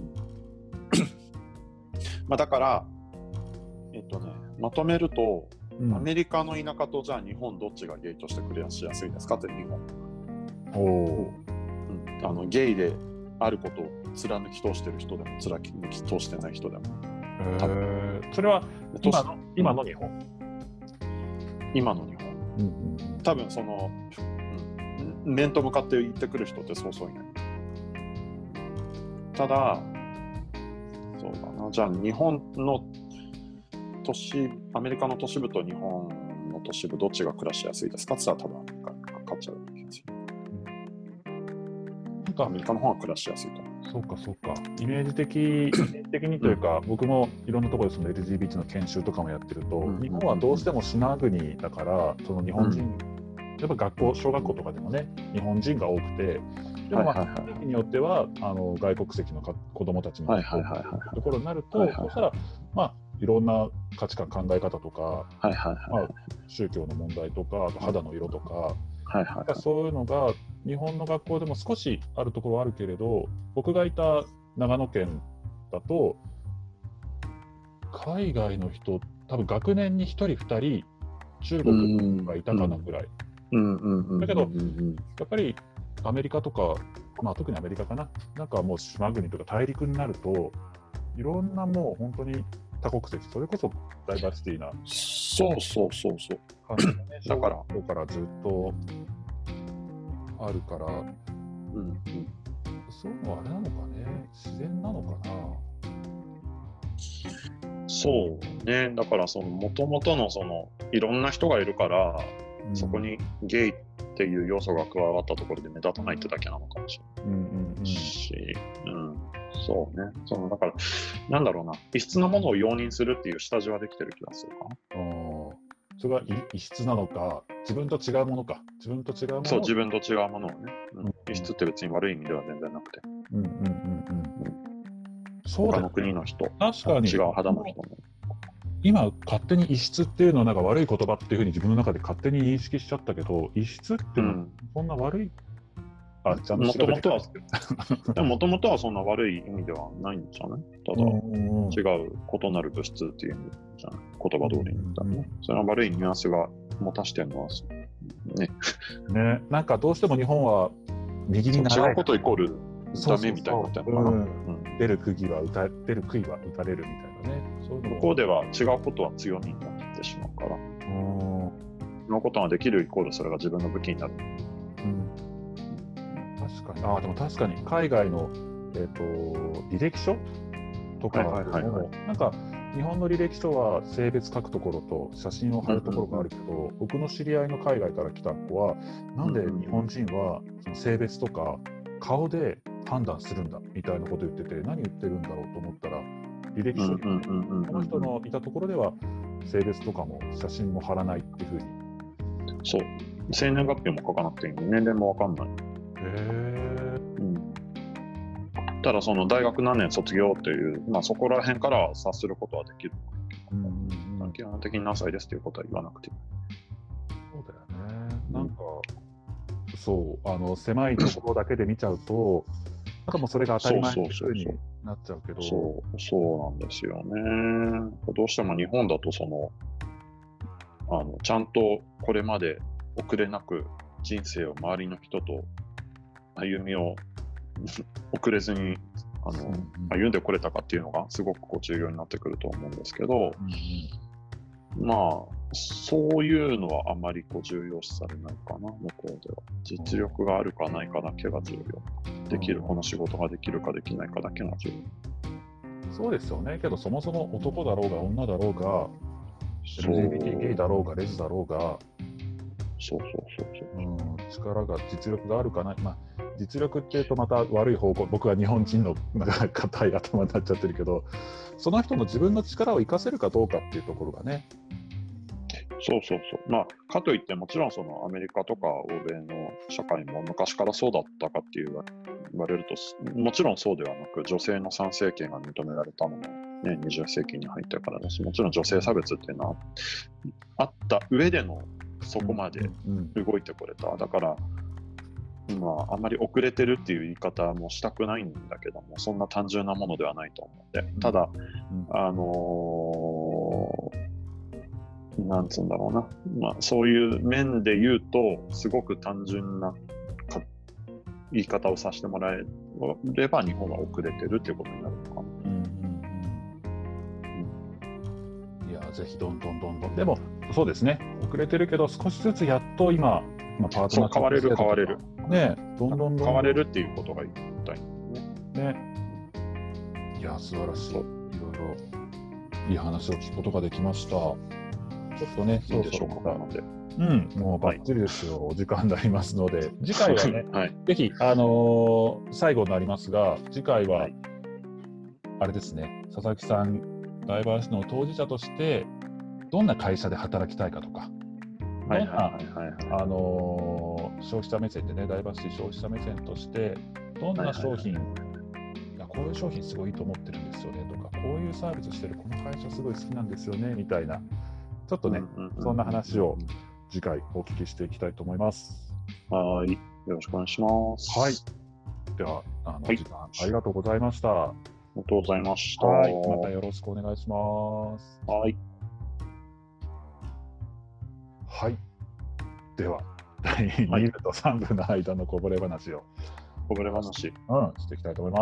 まあだからえっとねまとめると、うん、アメリカの田舎とじゃあ日本どっちがゲイとしてクリアしやすいですかって日本お、うん、あのゲイであることを貫き通してる人でも貫き通してない人でも、 多分それは今の今の日本今の日本、うんうん、多分その、うん、面と向かって言ってくる人ってそうそういない。ただそうだなじゃあ日本の都市アメリカの都市部と日本の都市部どっちが暮らしやすいですかって言ったら多分アメリカにかかっちゃう気がする。アメリカの方が暮らしやすいと思う。 そうかそうか。イメージ的、イメージ的にというか、うん、僕もいろんなところでその エルジービーティー の研修とかもやってると、うん、日本はどうしても島国だから、その日本人、うん、やっぱ学校、小学校とかでもね、日本人が多くて、でもまあ、地域によってはあの外国籍のか子どもたちのところになると、そしたら、まあ、いろんな価値観、考え方とか、はいはいはいまあ、宗教の問題とか、あと肌の色とか、はいはいはい、そういうのが日本の学校でも少しあるところはあるけれど、僕がいた長野県だと海外の人多分学年にひとりふたり中国がいたかなぐらいだけど、やっぱりアメリカとか、まあ、特にアメリカかな、なんかもう島国とか大陸になるといろんなもう本当に多国籍、それこそダイバーシティなそうそうそうそう感じがね、だからここからずっとあるから、うんうん、そういうのはあれなのかね、自然なのかな。 そうね、だからその元々のそのいろんな人がいるから、うん、そこにゲイっていう要素が加わったところで目立たないってだけなのかもしれない、うんうんうん、し、うん、そうね、そのだからなんだろうな、異質なものを容認するっていう下地はできてる気がするかな。 あ、それは異質なのか、自分と違うものか、自分と違うもの、 そう自分と違うものをね、うんうん、異質って別に悪い意味では全然なくて、うんうんうんうん、そうだね、他の国の人、 確かに違う肌の人も。 今勝手に異質っていうのはなんか悪い言葉っていうふうに自分の中で勝手に認識しちゃったけど、異質っていうのはそんな悪いあ、ちゃんともともとは、 調べてでももともとはそんな悪い意味ではないんじゃないただ、違う異なる物質っていう意味じゃない言葉通りに言ったらね。それは悪いニュアンスが持たしてるのは、ね。 ね、なんかどうしても日本は右に習違うことイコールダメみたいになってるのかな。 出る釘は打たれ、出る杭は打たれるみたいなね。そういうの向こうでは違うことは強みになってしまうから。そのことができるイコールそれが自分の武器になる。 うん、確かに。あ、でも確かに海外の、えーと、履歴書とかも、なんか日本の履歴書は性別書くところと写真を貼るところがあるけど、うんうんうん、僕の知り合いの海外から来た子は、なんで日本人はその性別とか顔で判断するんだみたいなこと言ってて、何言ってるんだろうと思ったら、履歴書に、この人のいたところでは性別とかも写真も貼らないっていうふうに。 そう、生年月日も書かなくていい、年齢も分かんない。へえ、 うん。ただその大学何年卒業っていう、まあ、そこら辺から察することはできる。うんうんうん、基本的に何歳ですということは言わなくていい。 そうだよね。なんか、うん、そうあの狭いところだけで見ちゃうと、なんかもうそれが当たり前っていうふうになっちゃうけど。 そうそうなんですよね。どうしても日本だとそのあのちゃんとこれまで遅れなく人生を周りの人と歩みを遅れずにあの、うんうん、歩んでこれたかっていうのがすごくこう重要になってくると思うんですけど、うんうん、まあそういうのはあまりこう重要視されないかな、向こうでは。実力があるかないかだけが重要。できる、この仕事ができるかできないかだけが重要。 そうですよね。けどそもそも男だろうが女だろうが、エルジービーティー ゲイだろうがレズだろうが、 そうそうそうそう、 うん、力が実力があるかない、まあ、実力っていうとまた悪い方向、僕は日本人の硬い頭になっちゃってるけど、その人の自分の力を生かせるかどうかっていうところがね。 そうそうそう。まあ、かといってもちろんそのアメリカとか欧米の社会も昔からそうだったかって言われると、もちろんそうではなく、女性の参政権が認められたのも、ね、にじゅっせいきに入ってからだし、もちろん女性差別っていうのはあった上でのそこまで動いてこれた。だから、まあ、あんまり遅れてるっていう言い方もしたくないんだけども、そんな単純なものではないと思って。ただ、あのーなんつうんだろうな、まあ、そういう面で言うとすごく単純な言い方をさせてもらえれば日本は遅れてるっていうことになるのかな、うんうんうん、いやぜひどんどんどんどんでもそうですね、遅れてるけど少しずつやっと今、まあ、パートナー変われる変われるね、どんどんどんどん変われるっていうことが言いたいね。 ね、いや素晴らしい、いろいろいい話を聞くことができました。ちょっとね、 いいでしょうか、 で、うん、もうバッチリですよ、はい、お時間になりますので、次回はね、 はい、 ぜひ、あのー、最後になりますが、次回は、はい、あれですね、佐々木さん、ダイバーシティの当事者として、どんな会社で働きたいかとか、どんな、あのー、消費者目線でね、ダイバーシティ消費者目線として、どんな商品、はいはいはい、こういう商品すごいいいと思ってるんですよねとか、こういうサービスしてるこの会社すごい好きなんですよねみたいな。ちょっとね、うんうんうん、そんな話を次回お聞きしていきたいと思います。 はい、よろしくお願いします。 はい。では、あの、はい、時間ありがとうございました。 ありがとうございました。 はい、またよろしくお願いします。 はい。 はい。では、だいに部とさん部の間のこぼれ話を、 こぼれ話、 うん、していきたいと思います。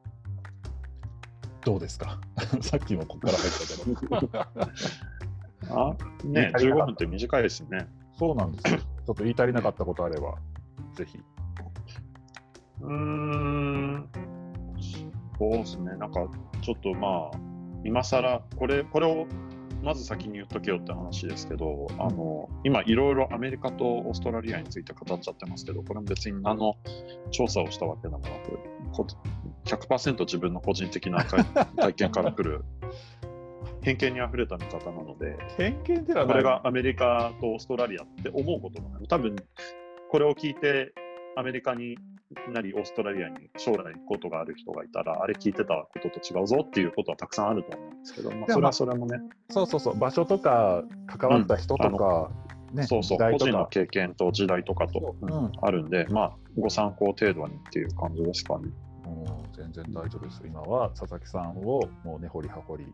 どうですかさっきもここから入ったけど。 あね、じゅうごふんって短いですね。 そうなんですよ。ちょっと言い足りなかったことあれば、ぜひ。 うーん、そうですね。なんか、ちょっとまあ、今更、これ、これをまず先に言っとけよって話ですけど、うん、あの、今、いろいろアメリカとオーストラリアについて語っちゃってますけど、これも別に何の調査をしたわけでもなく、ひゃくパーセント 自分の個人的な体験から来る、偏見にあふれた見方なので、 偏見ではない、 これがアメリカとオーストラリアって思うこともない。多分これを聞いてアメリカになりオーストラリアに将来行くことがある人がいたら、あれ聞いてたことと違うぞっていうことはたくさんあると思うんですけど、まあ、それはそれもね、 そうそうそう、場所とか関わった人とか、 ね、 そうそう、個人の経験と時代とかと、 うんうん、あるんで、まあ、ご参考程度にっていう感じですかね。 もう全然大丈夫です。今は佐々木さんをもう根掘り葉掘りいっ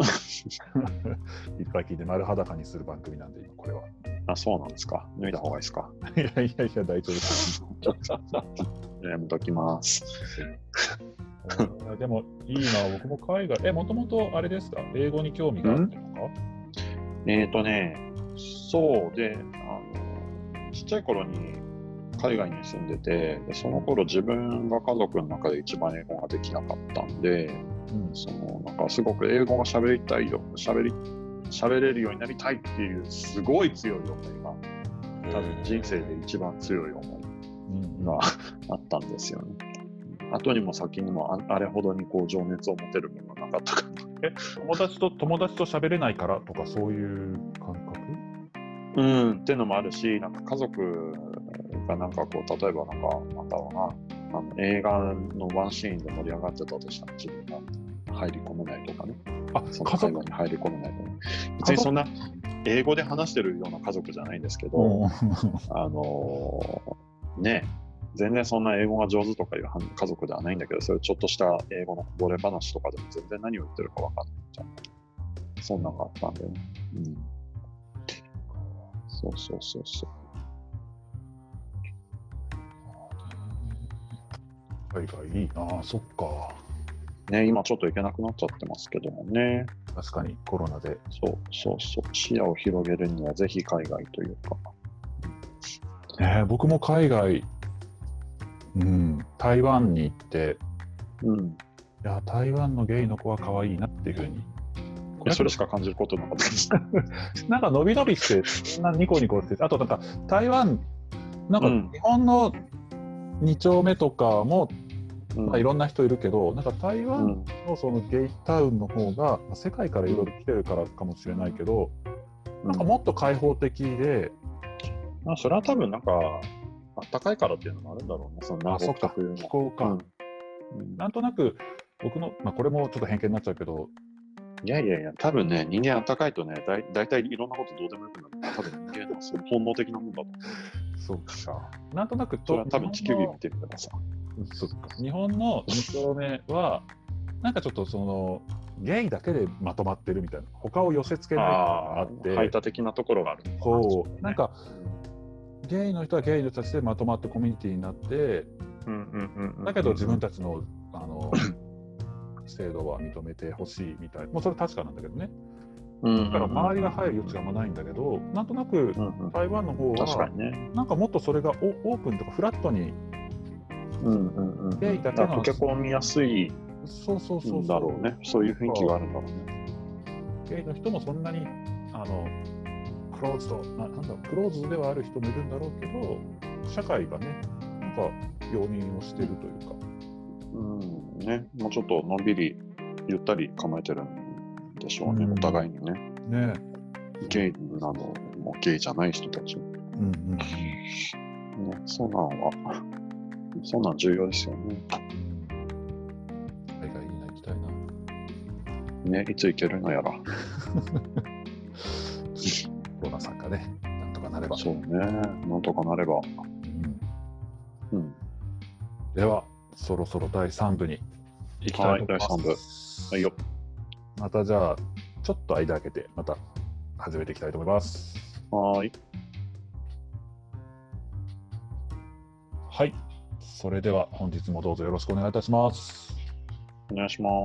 ぱい聞いて丸裸にする番組なんで、今これは。 あ、そうなんですか。脱いだ方がいいですか。 いやいやいや、大丈夫です。 やめときます。 でもいいな、僕も海外、え、もともとあれですか、英語に興味があったのか？ えーとね、そうで、あの、ちっちゃい頃に海外に住んでて、でその頃自分が家族の中で一番英語ができなかったんで、うん、そのなんかすごく英語が喋りたいよ、喋り、喋れるようになりたいっていうすごい強い思いが、多分人生で一番強い思いがあったんですよね。後にも先にも あ, あれほどにこう情熱を持てるものがなかったから。 え、友達と友達と喋れないからとかそういう感覚？ うんっていうのもあるし、なんか家族がなんかこう例えばなんかなんだろうな、あの映画のワンシーンで盛り上がってたとしたら自分が入り込めないとかね。 あ、 その会話に入り込めないとか、ね。別にそんな英語で話してるような家族じゃないんですけど、あのー、ね。全然そんな英語が上手とかいう家族ではないんだけど、そういうちょっとした英語のこぼれ話とかでも全然何を言ってるか分かんないじゃん。そんなのがあったんでね。うん。そうそうそうそう。 海外いいなあ、そっか。 ね、今ちょっと行けなくなっちゃってますけどもね。 確かにコロナで。 そうそうそう。視野を広げるにはぜひ海外というか。 えー、僕も海外、うん、台湾に行って、うん、いや台湾のゲイの子は可愛いなっていうふうに、 それしか感じることなかったですなんか伸び伸びしてそんなニコニコして、あとなんか台湾なんか日本のに丁目とかも、うんまあ、いろんな人いるけど、なんか台湾のそのゲイタウンの方が、まあ、世界からいろいろ来てるからかもしれないけど、うん、なんかもっと開放的で、 まあ、それは多分なんかあったかいからっていうのもあるんだろうね。その南国特有の気候感、うん、なんとなく僕の、まあ、これもちょっと偏見になっちゃうけど、 いやいやいや、多分ね、人間あったかいとね、だい大体いろんなことどうでもよくなる。多分人間のその本能的なもんだと思う。 そうか。なんとなくそれは多分地球儀見てるからさ。 そうか。日本のに丁目はなんかちょっとそのゲイだけでまとまってるみたいな、他を寄せ付けないのがあって、 排他的なところがあるのかな。 そう、ね、なんかゲイの人はゲイの人たちでまとまってコミュニティになって、だけど自分たちのあの制度は認めてほしいみたいな、もうそれ確かなんだけどね。だから周りが入る余地があんまないんだけど、なんとなく台湾の方は確かにね、 なんかもっとそれがオープンとかフラットにゲイだけの溶け込みやすいそうそうそうそうだろうね。そういう雰囲気があるんだろうね。 ゲイの人もそんなにあのクローズドな、なんだろう、クローズではある人もいるんだろうけど、社会がねなんか容認をしてるというか、 うんね、もうちょっとのんびりゆったり構えてるんでしょうね、うん、お互いにね。 ね、 ゲイなのもゲイじゃない人たちも、うんうんうんね、そんなんはそんなん重要ですよね。 海外いいな、行きたいな。ね、いつ行けるのやら。 コロナさんかね、なんとかなれば。 そうね、なんとかなれば。 うん。うん、では、そろそろだいさん部に行きたいと思います。 はい、だいさん部。はいよ。 またじゃあ、ちょっと間空けて、また始めていきたいと思います。 はい。 はい。それでは本日もどうぞよろしくお願いいたします。 お願いします。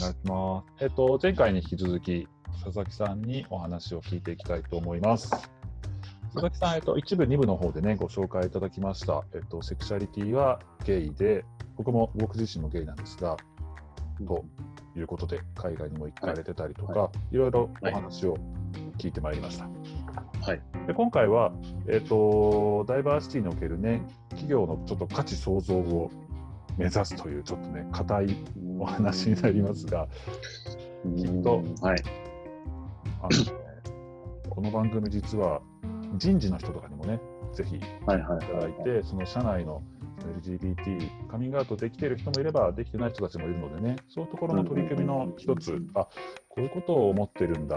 お願いします。えっと、前回に引き続き、佐々木さんにお話を聞いていきたいと思います。佐々木さん、えっと、一部、二部の方でね、ご紹介いただきました。えっと、セクシャリティはゲイで、僕も僕自身もゲイなんですが、ということで、海外にも行かれてたりとか、はい、いろいろお話を聞いてまいりました。 はい、 で今回は、えっと、ダイバーシティにおけるね、企業のちょっと価値創造を目指すという、ちょっとね、固いお話になりますが、きっと、 はい、 あのね、この番組実は人事の人とかにもね、ぜひいただいて、はいはいはいはい、その社内の エルジービーティー カミングアウトできている人もいればできてない人たちもいるのでね、そういうところの取り組みの一つ、あ、こういうことを思ってるんだ、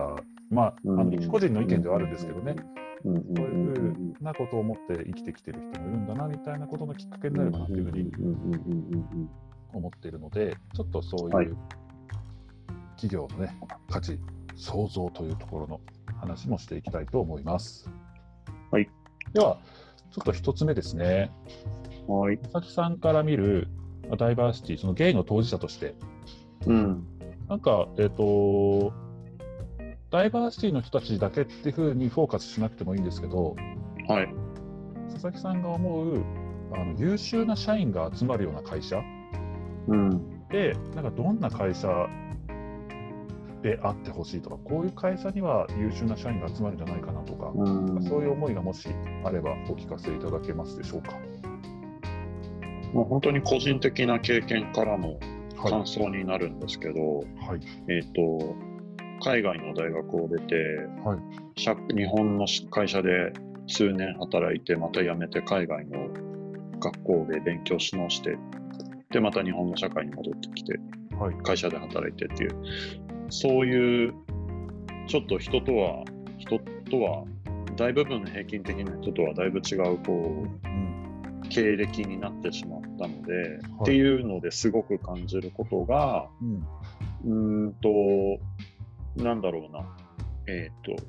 まあ、あのうん個人の意見ではあるんですけどね、 うんそういうふうなことを思って生きてきてる人もいるんだなみたいなことのきっかけになるかなというふうに思っているので、ちょっとそうはいいう企業のね、価値、創造というところの話もしていきたいと思います。 はい。 では、ちょっと一つ目ですね。 はい。 佐々木さんから見るダイバーシティ、そのゲイの当事者として、 うん。 なんか、えっと、ダイバーシティの人たちだけっていうふうにフォーカスしなくてもいいんですけど、 はい。 佐々木さんが思うあの優秀な社員が集まるような会社うん。 で、なんかどんな会社であってほしいとか、こういう会社には優秀な社員が集まるんじゃないかなとか、 うん、 そういう思いがもしあればお聞かせいただけますでしょうか。 もう本当に個人的な経験からの感想になるんですけど、 はいえっと、海外の大学を出て、 はい、 社日本の会社で数年働いて、また辞めて海外の学校で勉強し直して、で、また日本の社会に戻ってきて、 はい、 会社で働いてっていう、そういうちょっと人とは、人とは、大部分の平均的な人とはだいぶ違う、こう、うん、経歴になってしまったので、はい、っていうのですごく感じることが、うん、うーんと、なんだろうな、えっと、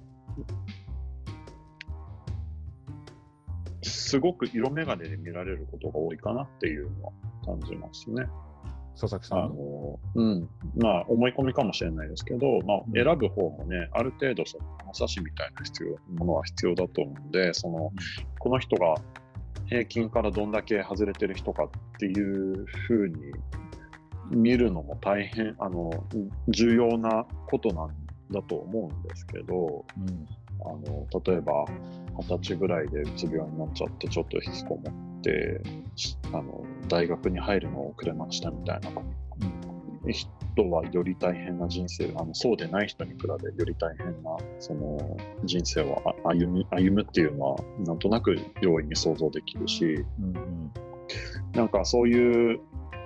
すごく色眼鏡で見られることが多いかなっていうのは感じますね。 佐々木さん、 あの、うん、まあ思い込みかもしれないですけど、まあ、選ぶ方もね、ある程度その物差しみたいな必要ものは必要だと思うんで、そのこの人が平均からどんだけ外れてる人かっていうふうに見るのも大変あの重要なことなんだと思うんですけど、うん、あの例えばはたちぐらいでうつ病になっちゃってちょっと引きこもってあの大学に入るのを遅れましたみたいな、うん、人はより大変な人生あのそうでない人に比べより大変なその人生を歩む、歩むっていうのはなんとなく容易に想像できるし、うんうん、なんかそういう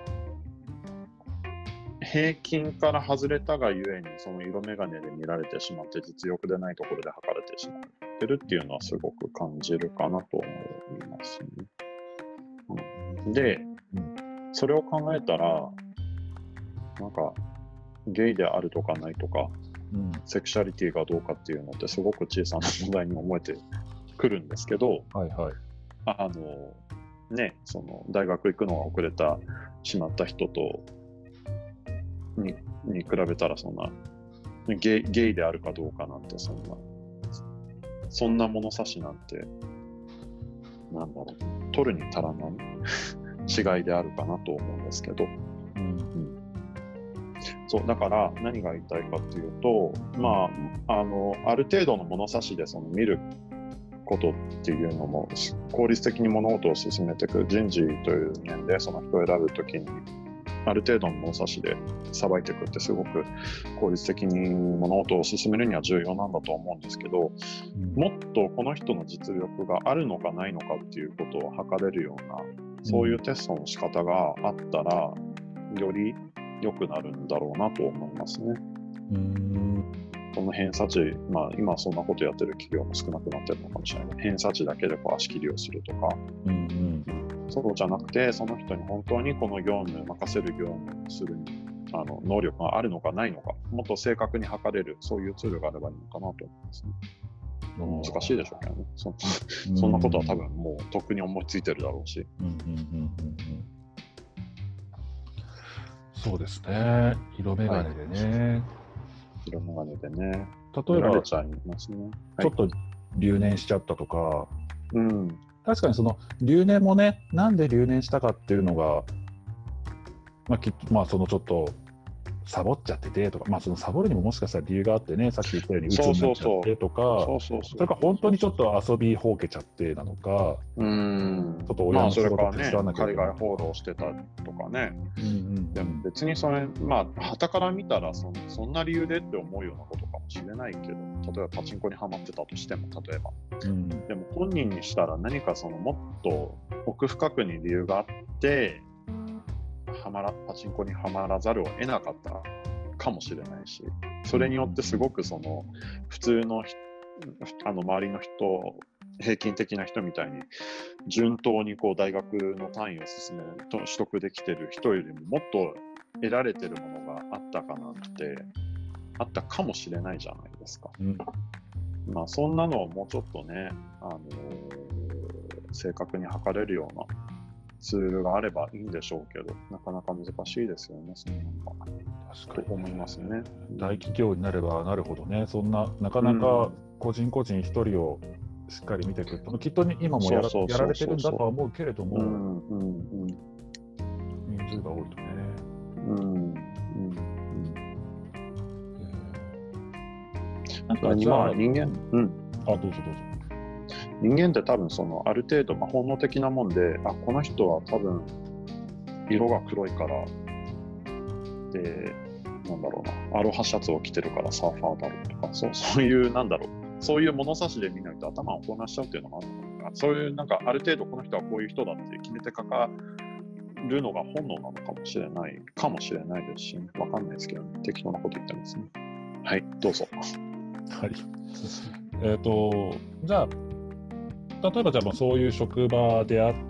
平均から外れたがゆえにその色眼鏡で見られてしまって実力でないところで測れてしまってるっていうのはすごく感じるかなと思いますね。うん、で、それを考えたらなんかゲイであるとかないとか、うん、セクシャリティがどうかっていうのってすごく小さな問題に思えてくるんですけど、はいはい、あのねその大学行くのが遅れたしまった人とに, に比べたらそんなゲイ、ゲイであるかどうかなんてそんなそんな物差しなんてなんだろう取るに足らない違いであるかなと思うんですけど、うんうん、そうだから何が言いたいかっていうと、まああのある程度の物差しでその見ることっていうのも効率的に物事を進めていく人事という面でその人を選ぶときにある程度の物差しでさばいていくってすごく効率的に物事を進めるには重要なんだと思うんですけど、うん、もっとこの人の実力があるのかないのかっていうことを測れるようなそういうテストの仕方があったらより良くなるんだろうなと思いますね。うん、この偏差値、まあ今そんなことやってる企業も少なくなってるのかもしれない。偏差値だけでこう足切りをするとか、うんうんそうじゃなくて、その人に本当にこの業務、任せる業務をするあの能力があるのかないのか、もっと正確に測れる、そういうツールがあればいいのかなと思いますね。難しいでしょうけどね。そ, そんなことは多分もうとっくに思いついてるだろうし。うんうんうんうん、 そうですね。色眼鏡でね。はい、 色眼鏡でね。 例えば、 ちゃいますね。 ちょっと留年しちゃったとか、 うん確かにその留年もね、なんで留年したかっていうのが、まあ、きっとまあそのちょっとサボっちゃっててとか、まあ、そのサボるにももしかしたら理由があってね、さっき言ったように鬱になっちゃってとか、それから本当にちょっと遊びほうけちゃってなのか、 うんちょっと親の仕事手伝わなきゃいけない、 まあ、それからね、海外放浪してたとかね、うんうん、でも別にそれ、まあ、傍から見たらそ、そんな理由でって思うようなことかもしれないけど、例えばパチンコにはまってたとしても、例えば、うん、でも本人にしたら何かそのもっと奥深くに理由があって、はまらパチンコにはまらざるを得なかったかもしれないし、それによってすごくその普通のあの周りの人、平均的な人みたいに順当にこう大学の単位を進めと取得できてる人よりももっと得られてるものがあったかなんてあったかもしれないじゃないですか。うん、まあそんなのをもうちょっとね、あのー、正確に測れるようなツールがあればいいんでしょうけど、なかなか難しいですよね、そのなんか。確かに、ね、と思いますね。 大企業になればなるほどね、そんななかなか個人個人一人をしっかり見ていく、うん、きっと今も や ら, やられてるんだとは思うけれども、うんうんうん、人数が多いとね。うんうんうんなんかじゃあ人間、うん、 あ、どうぞどうぞ。 人間って多分そのある程度、まあ、本能的なもんで、あ、この人は多分色が黒いからで、なんだろうな、アロハシャツを着てるからサーファーだろうとか、そう、そういうなんだろう、そういう物差しで見ないと頭を混乱しちゃうっていうのがあるのかな。そういうなんかある程度この人はこういう人だって決めてかかるのが本能なのかもしれないかもしれないですし、わかんないですけど、ね、適当なこと言ってますね。はい、どうぞ。 はい。えっと、じゃあ、例えばじゃあもうそういう職場であって、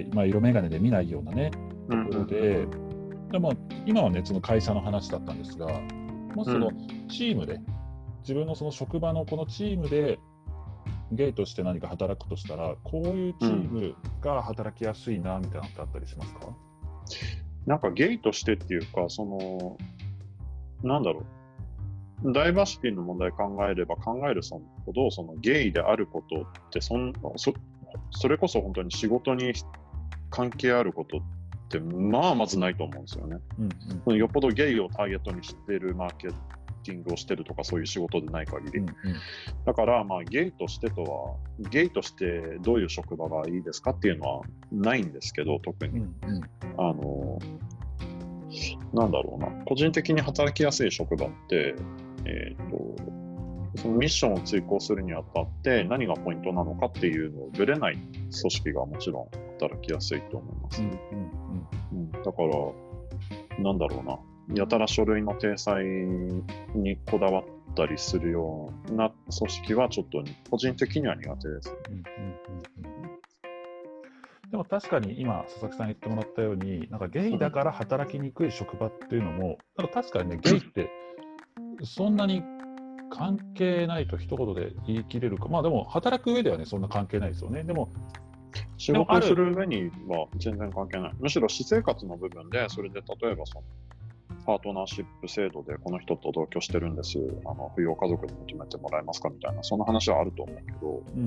まあ、色眼鏡で見ないようなね、ところで、うんうん、でも今はね、その会社の話だったんですが、もしそのチームで、うん、自分のその職場のこのチームでゲイとして何か働くとしたら、こういうチームが働きやすいなみたいなのってあったりしますか？うん、 なんかゲイとしてっていうか、その、なんだろう。ダイバーシティの問題考えれば考えるほど、そのゲイであることってそん そ, それこそ本当に仕事に関係あることってまあまずないと思うんですよね。うんうん、よっぽどゲイをターゲットにしてるマーケティングをしてるとかそういう仕事でない限り、うんうん、だからまあゲイとしてとはゲイとしてどういう職場がいいですかっていうのはないんですけど、特に、うんうん、あのなんだろうな、個人的に働きやすい職場ってえー、とそのミッションを追行するにあたって何がポイントなのかっていうのをぶれない組織がもちろん働きやすいと思います、ねうんうんうん、だからなんだろうな、やたら書類の体裁にこだわったりするような組織はちょっと個人的には苦手です、ねうんうんうんうん、でも確かに今佐々木さん言ってもらったように、なんかゲイだから働きにくい職場っていうのも、なんか確かにね、ゲイってそんなに関係ないと一言で言い切れるか。まあでも働く上ではね、そんな関係ないですよね。でも仕事をする上には全然関係ない。むしろ私生活の部分で、それで例えばそのパートナーシップ制度でこの人と同居してるんです、あの扶養家族に求めてもらえますかみたいな、そんな話はあると思うけど、うんうんうん、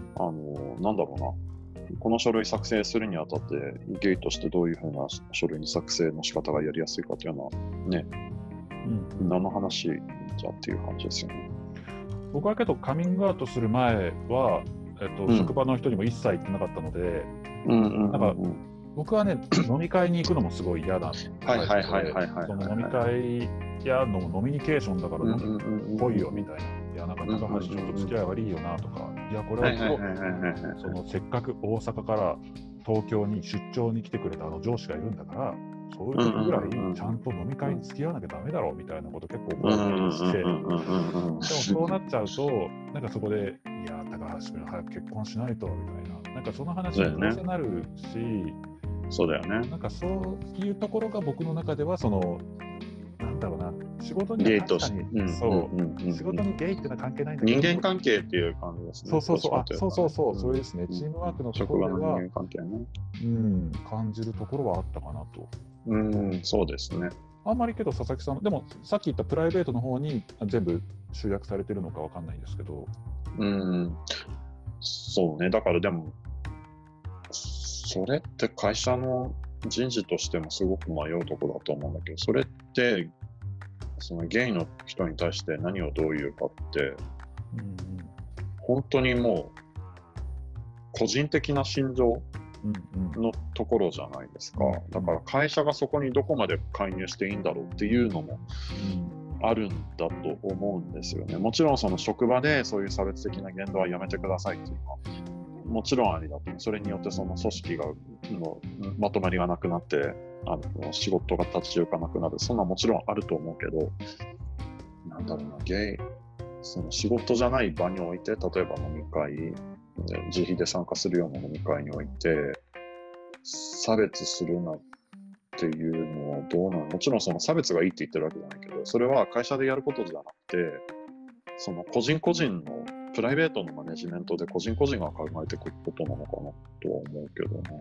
あのなんだろうな、この書類作成するにあたってゲイとしてどういうふうな書類の作成の仕方がやりやすいかというのはね、うん、何の話じゃっていう感じですよね。 僕はけどカミングアウトする前は、えっとうん、職場の人にも一切言ってなかったので、うんうんうんうん、なんか僕はね飲み会に行くのもすごい嫌だ。はいはいはいはいはい。その飲み会やのノミニケーションだから飲み来いよみたいな。いやなんか高橋ちょっと付き合い悪いよなとか。いやこれは今日そのせっかく大阪から東京に出張に来てくれたあの上司がいるんだから。そういう時ぐらいちゃんと飲み会に付き合わなきゃダメだろうみたいなこと結構思ってして、でもそうなっちゃうと、なんかそこで、いや、高橋君早く結婚しないとみたいな、なんかその話にどうせなるし、 そうだよね。 なんかそういうところが僕の中では、その、なんだろうな、仕事には確かに、そう、仕事にゲイっていうのは関係ないんだけど、 人間関係っていう感じですね。 そうそうそう、あ、そうそうそう、それですね、チームワークのところでは、 職場の人間関係ね。 うん、感じるところはあったかなと。 うん、そうですね。 あんまりけど佐々木さん、でもさっき言ったプライベートの方に全部集約されてるのかわかんないんですけど。 うん、そうね。だからでも、それって会社の人事としてもすごく迷うところだと思うんだけど、それってそのゲイの人に対して何をどう言うかって、うん、本当にもう個人的な心情のところじゃないですか。だから会社がそこにどこまで介入していいんだろうっていうのもあるんだと思うんですよね。もちろんその職場でそういう差別的な言動はやめてくださいっていうのはもちろんありだと思う。それによってその組織がのまとまりがなくなってあの仕事が立ち行かなくなる、そんなもちろんあると思うけど、なんだろうな、ゲイその仕事じゃない場において、例えば飲み会、自費で参加するような飲み会において差別するなっていうのはどうなの？もちろんその差別がいいって言ってるわけじゃないけど、それは会社でやることじゃなくて、その個人個人のプライベートのマネジメントで個人個人が考えていくことなのかなとは思うけどな。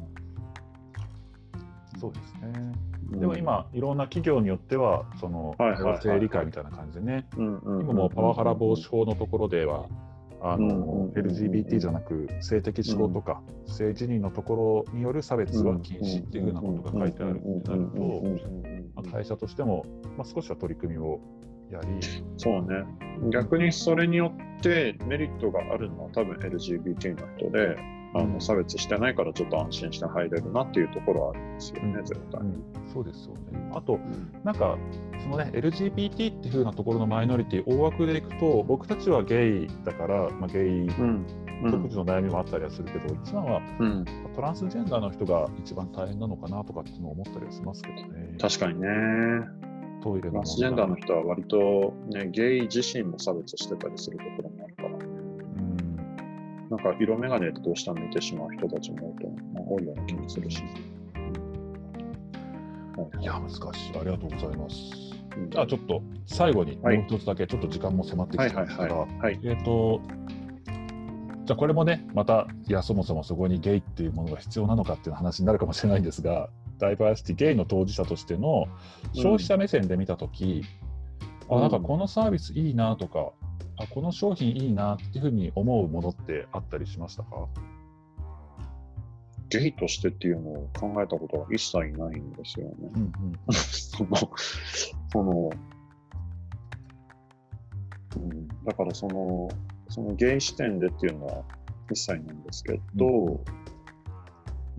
そうですね。でも今いろんな企業によってはその女性理解みたいな感じでね、今もパワハラ防止法のところではあの エルジービーティー じゃなく性的指向とか性自認のところによる差別は禁止っていうふうなことが書いてあるってなると、会社としても、まあ、少しは取り組みをやり、 そうね、逆にそれによってメリットがあるのは多分 エルジービーティー の人で、あの差別してないからちょっと安心して入れるなっていうところはありますよね、うん、絶対に、うん、 そうですよね。あと、うん、なんかそのね エルジービーティー っていう風なところのマイノリティ大枠でいくと、僕たちはゲイだから、まあ、ゲイ独自の悩みもあったりはするけど、一番は、うん、トランスジェンダーの人が一番大変なのかなとかっていうのを思ったりはしますけどね。 確かにね。 トイレのトランスジェンダーの人は割と、ね、ゲイ自身も差別してたりするところもあるからね。なんか色眼鏡でどうしたら見てしまう人たちも多い、まあ、多いような気もするし、 うん、いや難しい。ありがとうございます。うん、じゃあちょっと最後にもう一つだけ、はい、ちょっと時間も迫ってきてますから、えっとじゃあこれもねまたいやそもそもそこにゲイっていうものが必要なのかっていう話になるかもしれないんですが、ダイバーシティゲイの当事者としての消費者目線で見たとき、うん、あなんかこのサービスいいなとか、あこの商品いいなっていうふうに思うものってあったりしましたか？ ゲイとしてっていうのを考えたことは一切ないんですよね。うんうん、そのその、うん、だからそのそのゲイ視点でっていうのは一切なんですけど、うん、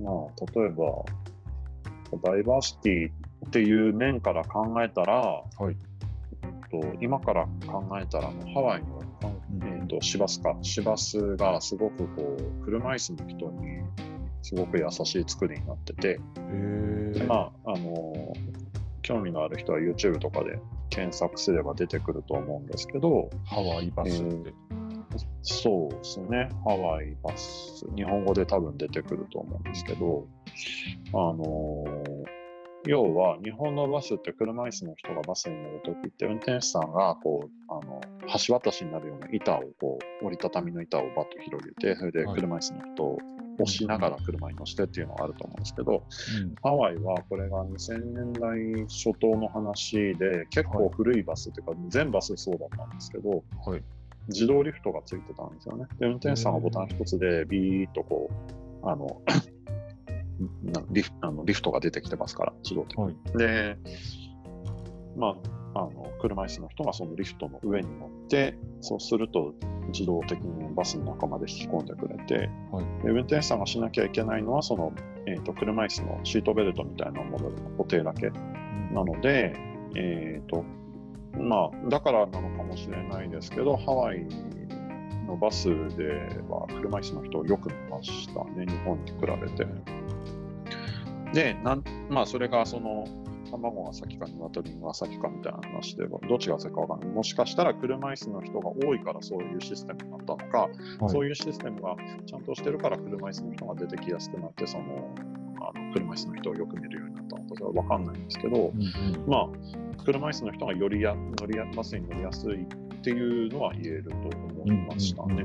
まあ例えばダイバーシティっていう面から考えたら、はい、と今から考えたらのハワイの、えー、と市バスか市バスがすごくこう車椅子の人にすごく優しい作りになってて、でまああの興味のある人は YouTube とかで検索すれば出てくると思うんですけど、 ハワイバスって、えー、 そうですね、ハワイバス日本語で多分出てくると思うんですけど、あの要は日本のバスって車椅子の人がバスに乗るときって運転手さんがこうあの橋渡しになるような板をこう折りたたみの板をバッと広げて、それで車椅子の人を押しながら車に乗せてっていうのがあると思うんですけど、うん、ハワイはこれがにせんねんだい初頭の話で結構古いバスっていうか、はい、全バスそうだったんですけど、はい、自動リフトがついてたんですよね。で運転手さんがボタン一つでビーッとこうあのリフ、あのリフトが出てきてますから自動的に、はい、でまああの車椅子の人がそのリフトの上に乗って、そうすると自動的にバスの中まで引き込んでくれて、はい、で運転手さんがしなきゃいけないのはその、えーと、車椅子のシートベルトみたいなものの固定だけ、うん、なので、えーとまあ、だからなのかもしれないですけど、ハワイのバスでは車椅子の人をよく見ましたね、日本に比べて。でなん、まあ、それがその卵が先か鶏が先かみたいな話でどっちが先かわかんない。もしかしたら車椅子の人が多いからそういうシステムになったのか、はい、そういうシステムがちゃんとしてるから車椅子の人が出てきやすくなって、そのあの車椅子の人をよく見るようになったのかはわかんないんですけど、うんうん、まあ車椅子の人がよりや乗りやバスに乗りやすいっていうのは言えると思いましたね。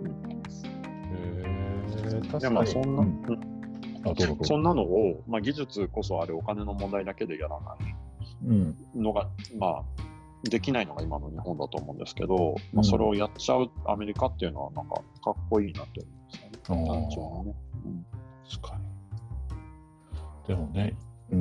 でまあそんな、うんそんなのを、まあ、技術こそあれお金の問題だけでやらないのが、うん、まあできないのが今の日本だと思うんですけど、うんまあ、それをやっちゃうアメリカっていうのはなんかかっこいいなって思いますよね。ねうん、 確かに。でもね、うん、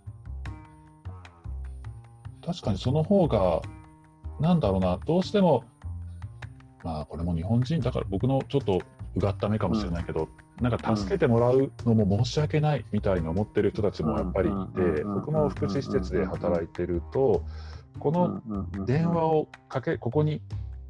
確かにその方がなんだろうな、どうしてもまあこれも日本人だから僕のちょっとうがった目かもしれないけど、うん、なんか助けてもらうのも申し訳ないみたいに思ってる人たちもやっぱりいて、僕も福祉施設で働いてると、この電話をかけここに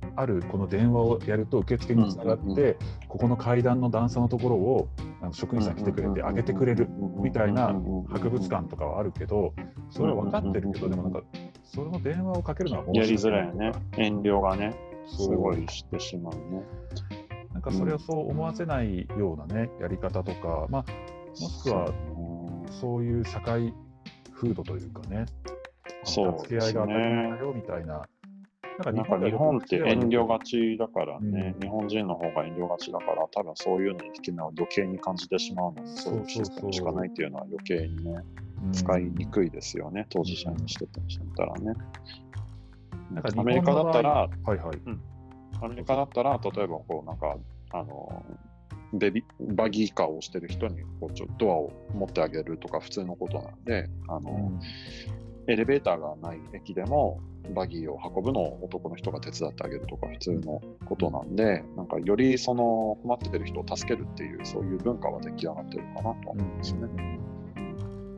あるこの電話をやると受付につながって、うんうんうん、ここの階段の段差のところをあの職員さん来てくれて開けてくれるみたいな博物館とかはあるけど、それは分かってるけど、でもなんかその電話をかけるのはやりづらいよね。遠慮がねすごいしてしまうね。 なんかそれをそう思わせないようなねやり方とか、まあ、もしくはそういう社会風土というかね、 そう付き合いが当たり前だよみたいな。 なんか日本って遠慮がちだからね、うん、日本人の方が遠慮がちだから、多分そういうのに引きの余計に感じてしまうのに、そういうシステムしかないっていうのは余計にね、うん、使いにくいですよね、当事者にしてたらね。なんかアメリカだったら、はいはいうん、アメリカだったら、例えばこうなんかあのベビバギーカーをしてる人にこうちょドアを持ってあげるとか普通のことなんで、あの、うんエレベーターがない駅でもバギーを運ぶのを男の人が手伝ってあげるとか普通のことなんで、なんかよりその困ってる人を助けるっていうそういう文化は出来上がってるかなと思うんですね。うん、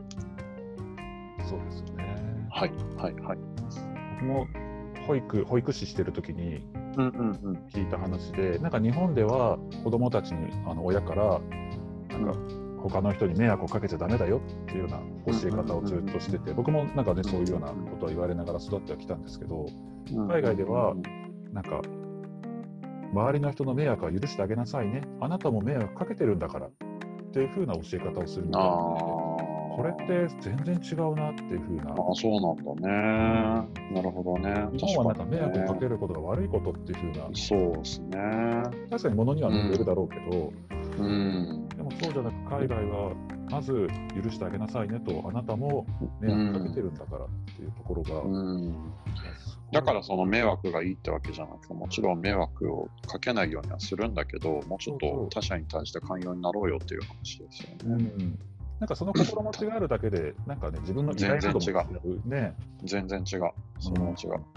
そうですよね。 はいはいはい。 僕も保育保育士してる時に聞いた話で、うんうんうん、なんか日本では子どもたちにあの親からなんか、うん他の人に迷惑をかけちゃダメだよっていうような教え方をずっとしてて、僕もなんかねそういうようなことは言われながら育ってはきたんですけど、海外ではなんか周りの人の迷惑は許してあげなさいね、あなたも迷惑かけてるんだからっていう風な教え方をするみたいな、これって全然違うなっていう風な。 ああそうなんだね、うん、なるほどね。 日本はなんか迷惑をかけることが悪いことっていう風な、 そうですね、 確かに物には乗れるだろうけど、 うんうんでもそうじゃなく海外はまず許してあげなさいねと、あなたも迷惑かけてるんだからっていうところが、 うん、だからその迷惑がいいってわけじゃなくて、もちろん迷惑をかけないようにはするんだけど、もうちょっと他者に対して寛容になろうよっていう話ですよね。 うん、なんかその心持ちがあるだけでなんかね自分の依頼なども違うね。 全然違う。それは違う。うんうん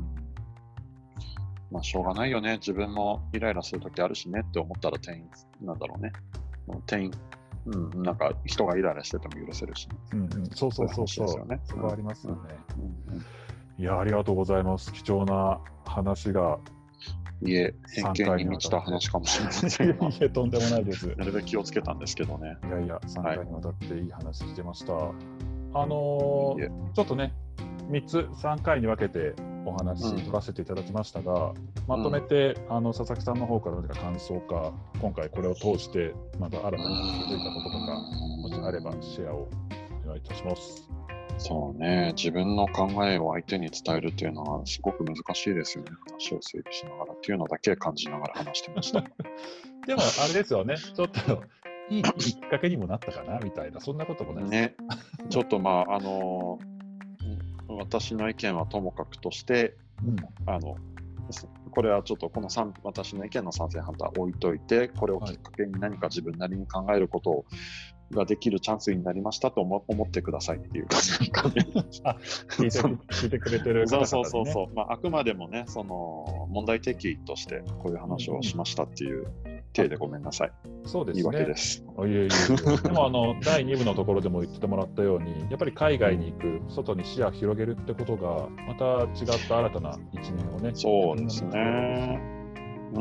まあ、しょうがないよね。自分もイライラするときあるしねって思ったら店員、なんだろうね。店員、うん、なんか人がイライラしてても許せるし、ね。 うんうん、そうそうそうそう。 そういう話ですよね。 そこはありますよね。 うんうんうん、 いや、ありがとうございます。貴重な話が。 いえ、偏見に満ちた話かもしれませんが。 いえ、とんでもないです。 なるべく気をつけたんですけどね。 いやいや、さんかいにわたっていい話聞けました。はい、あのー、ちょっとね、みっつ、さんかいに分けてお話取らせていただきましたが、うん、まとめて、あの佐々木さんの方から何か感想か、今回これを通してまた新たに気づいたこととか、もしあればシェアをお願いいたします。 そうね、自分の考えを相手に伝えるっていうのはすごく難しいですよね。話を整理しながらっていうのだけ感じながら話してました。 でもあれですよね、ちょっといいきっかけにもなったかなみたいな、そんなこともないですね。ちょっとまああの私の意見はともかくとして、うん、あのこれはちょっとこの私の意見の賛成反対は置いといて、これをきっかけに何か自分なりに考えることができるチャンスになりましたと思ってくださいっていう感じかね。 あ、聞いて、聞いてくれてる方々にね。 そうそうそうそう。まあ、あくまでもね、その問題提起としてこういう話をしましたっていう体でごめんなさい。 そうですね。 いいわけです。 いえいえいえでもあのだいに部のところでも言ってもらったように、やっぱり海外に行く、外に視野を広げるってことが、また違った新たな一年をね。 そうですね。うん。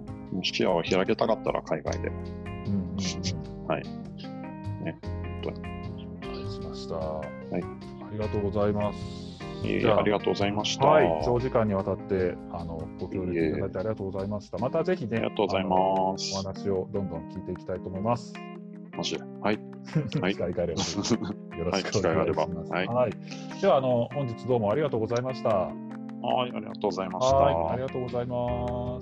視野を広げたかったら海外で。うんうんうん、はい。ね、本当に。 お願いしました。 はい。 ありがとうございます。 いえありがとうございました。 はい、長時間にわたってあのご協力いただいてありがとうございました。またぜひね、 ありがとうございます。 お話をどんどん聞いていきたいと思います。 マジで。はい。 はい、機会があればよろしくお願いします。 はい、 はい。ではあの本日どうもありがとうございました。はい、ありがとうございました。 はい、ありがとうございます。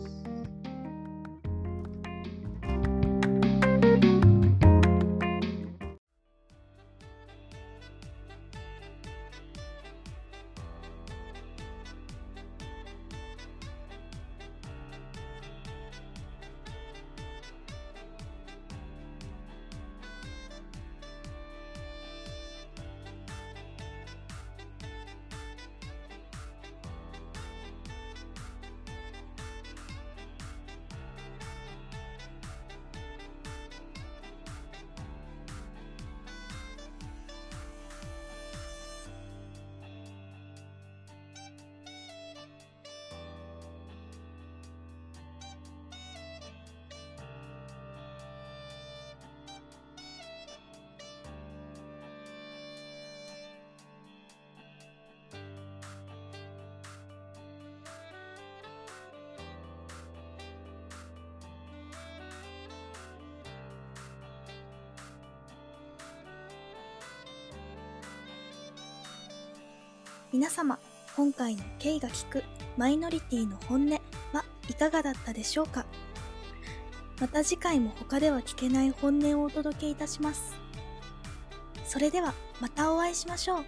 皆様、今回のケイが聞くマイノリティの本音はいかがだったでしょうか。また次回も他では聞けない本音をお届けいたします。それではまたお会いしましょう。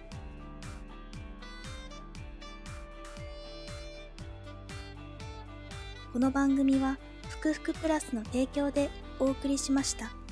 この番組はふくふくプラスの提供でお送りしました。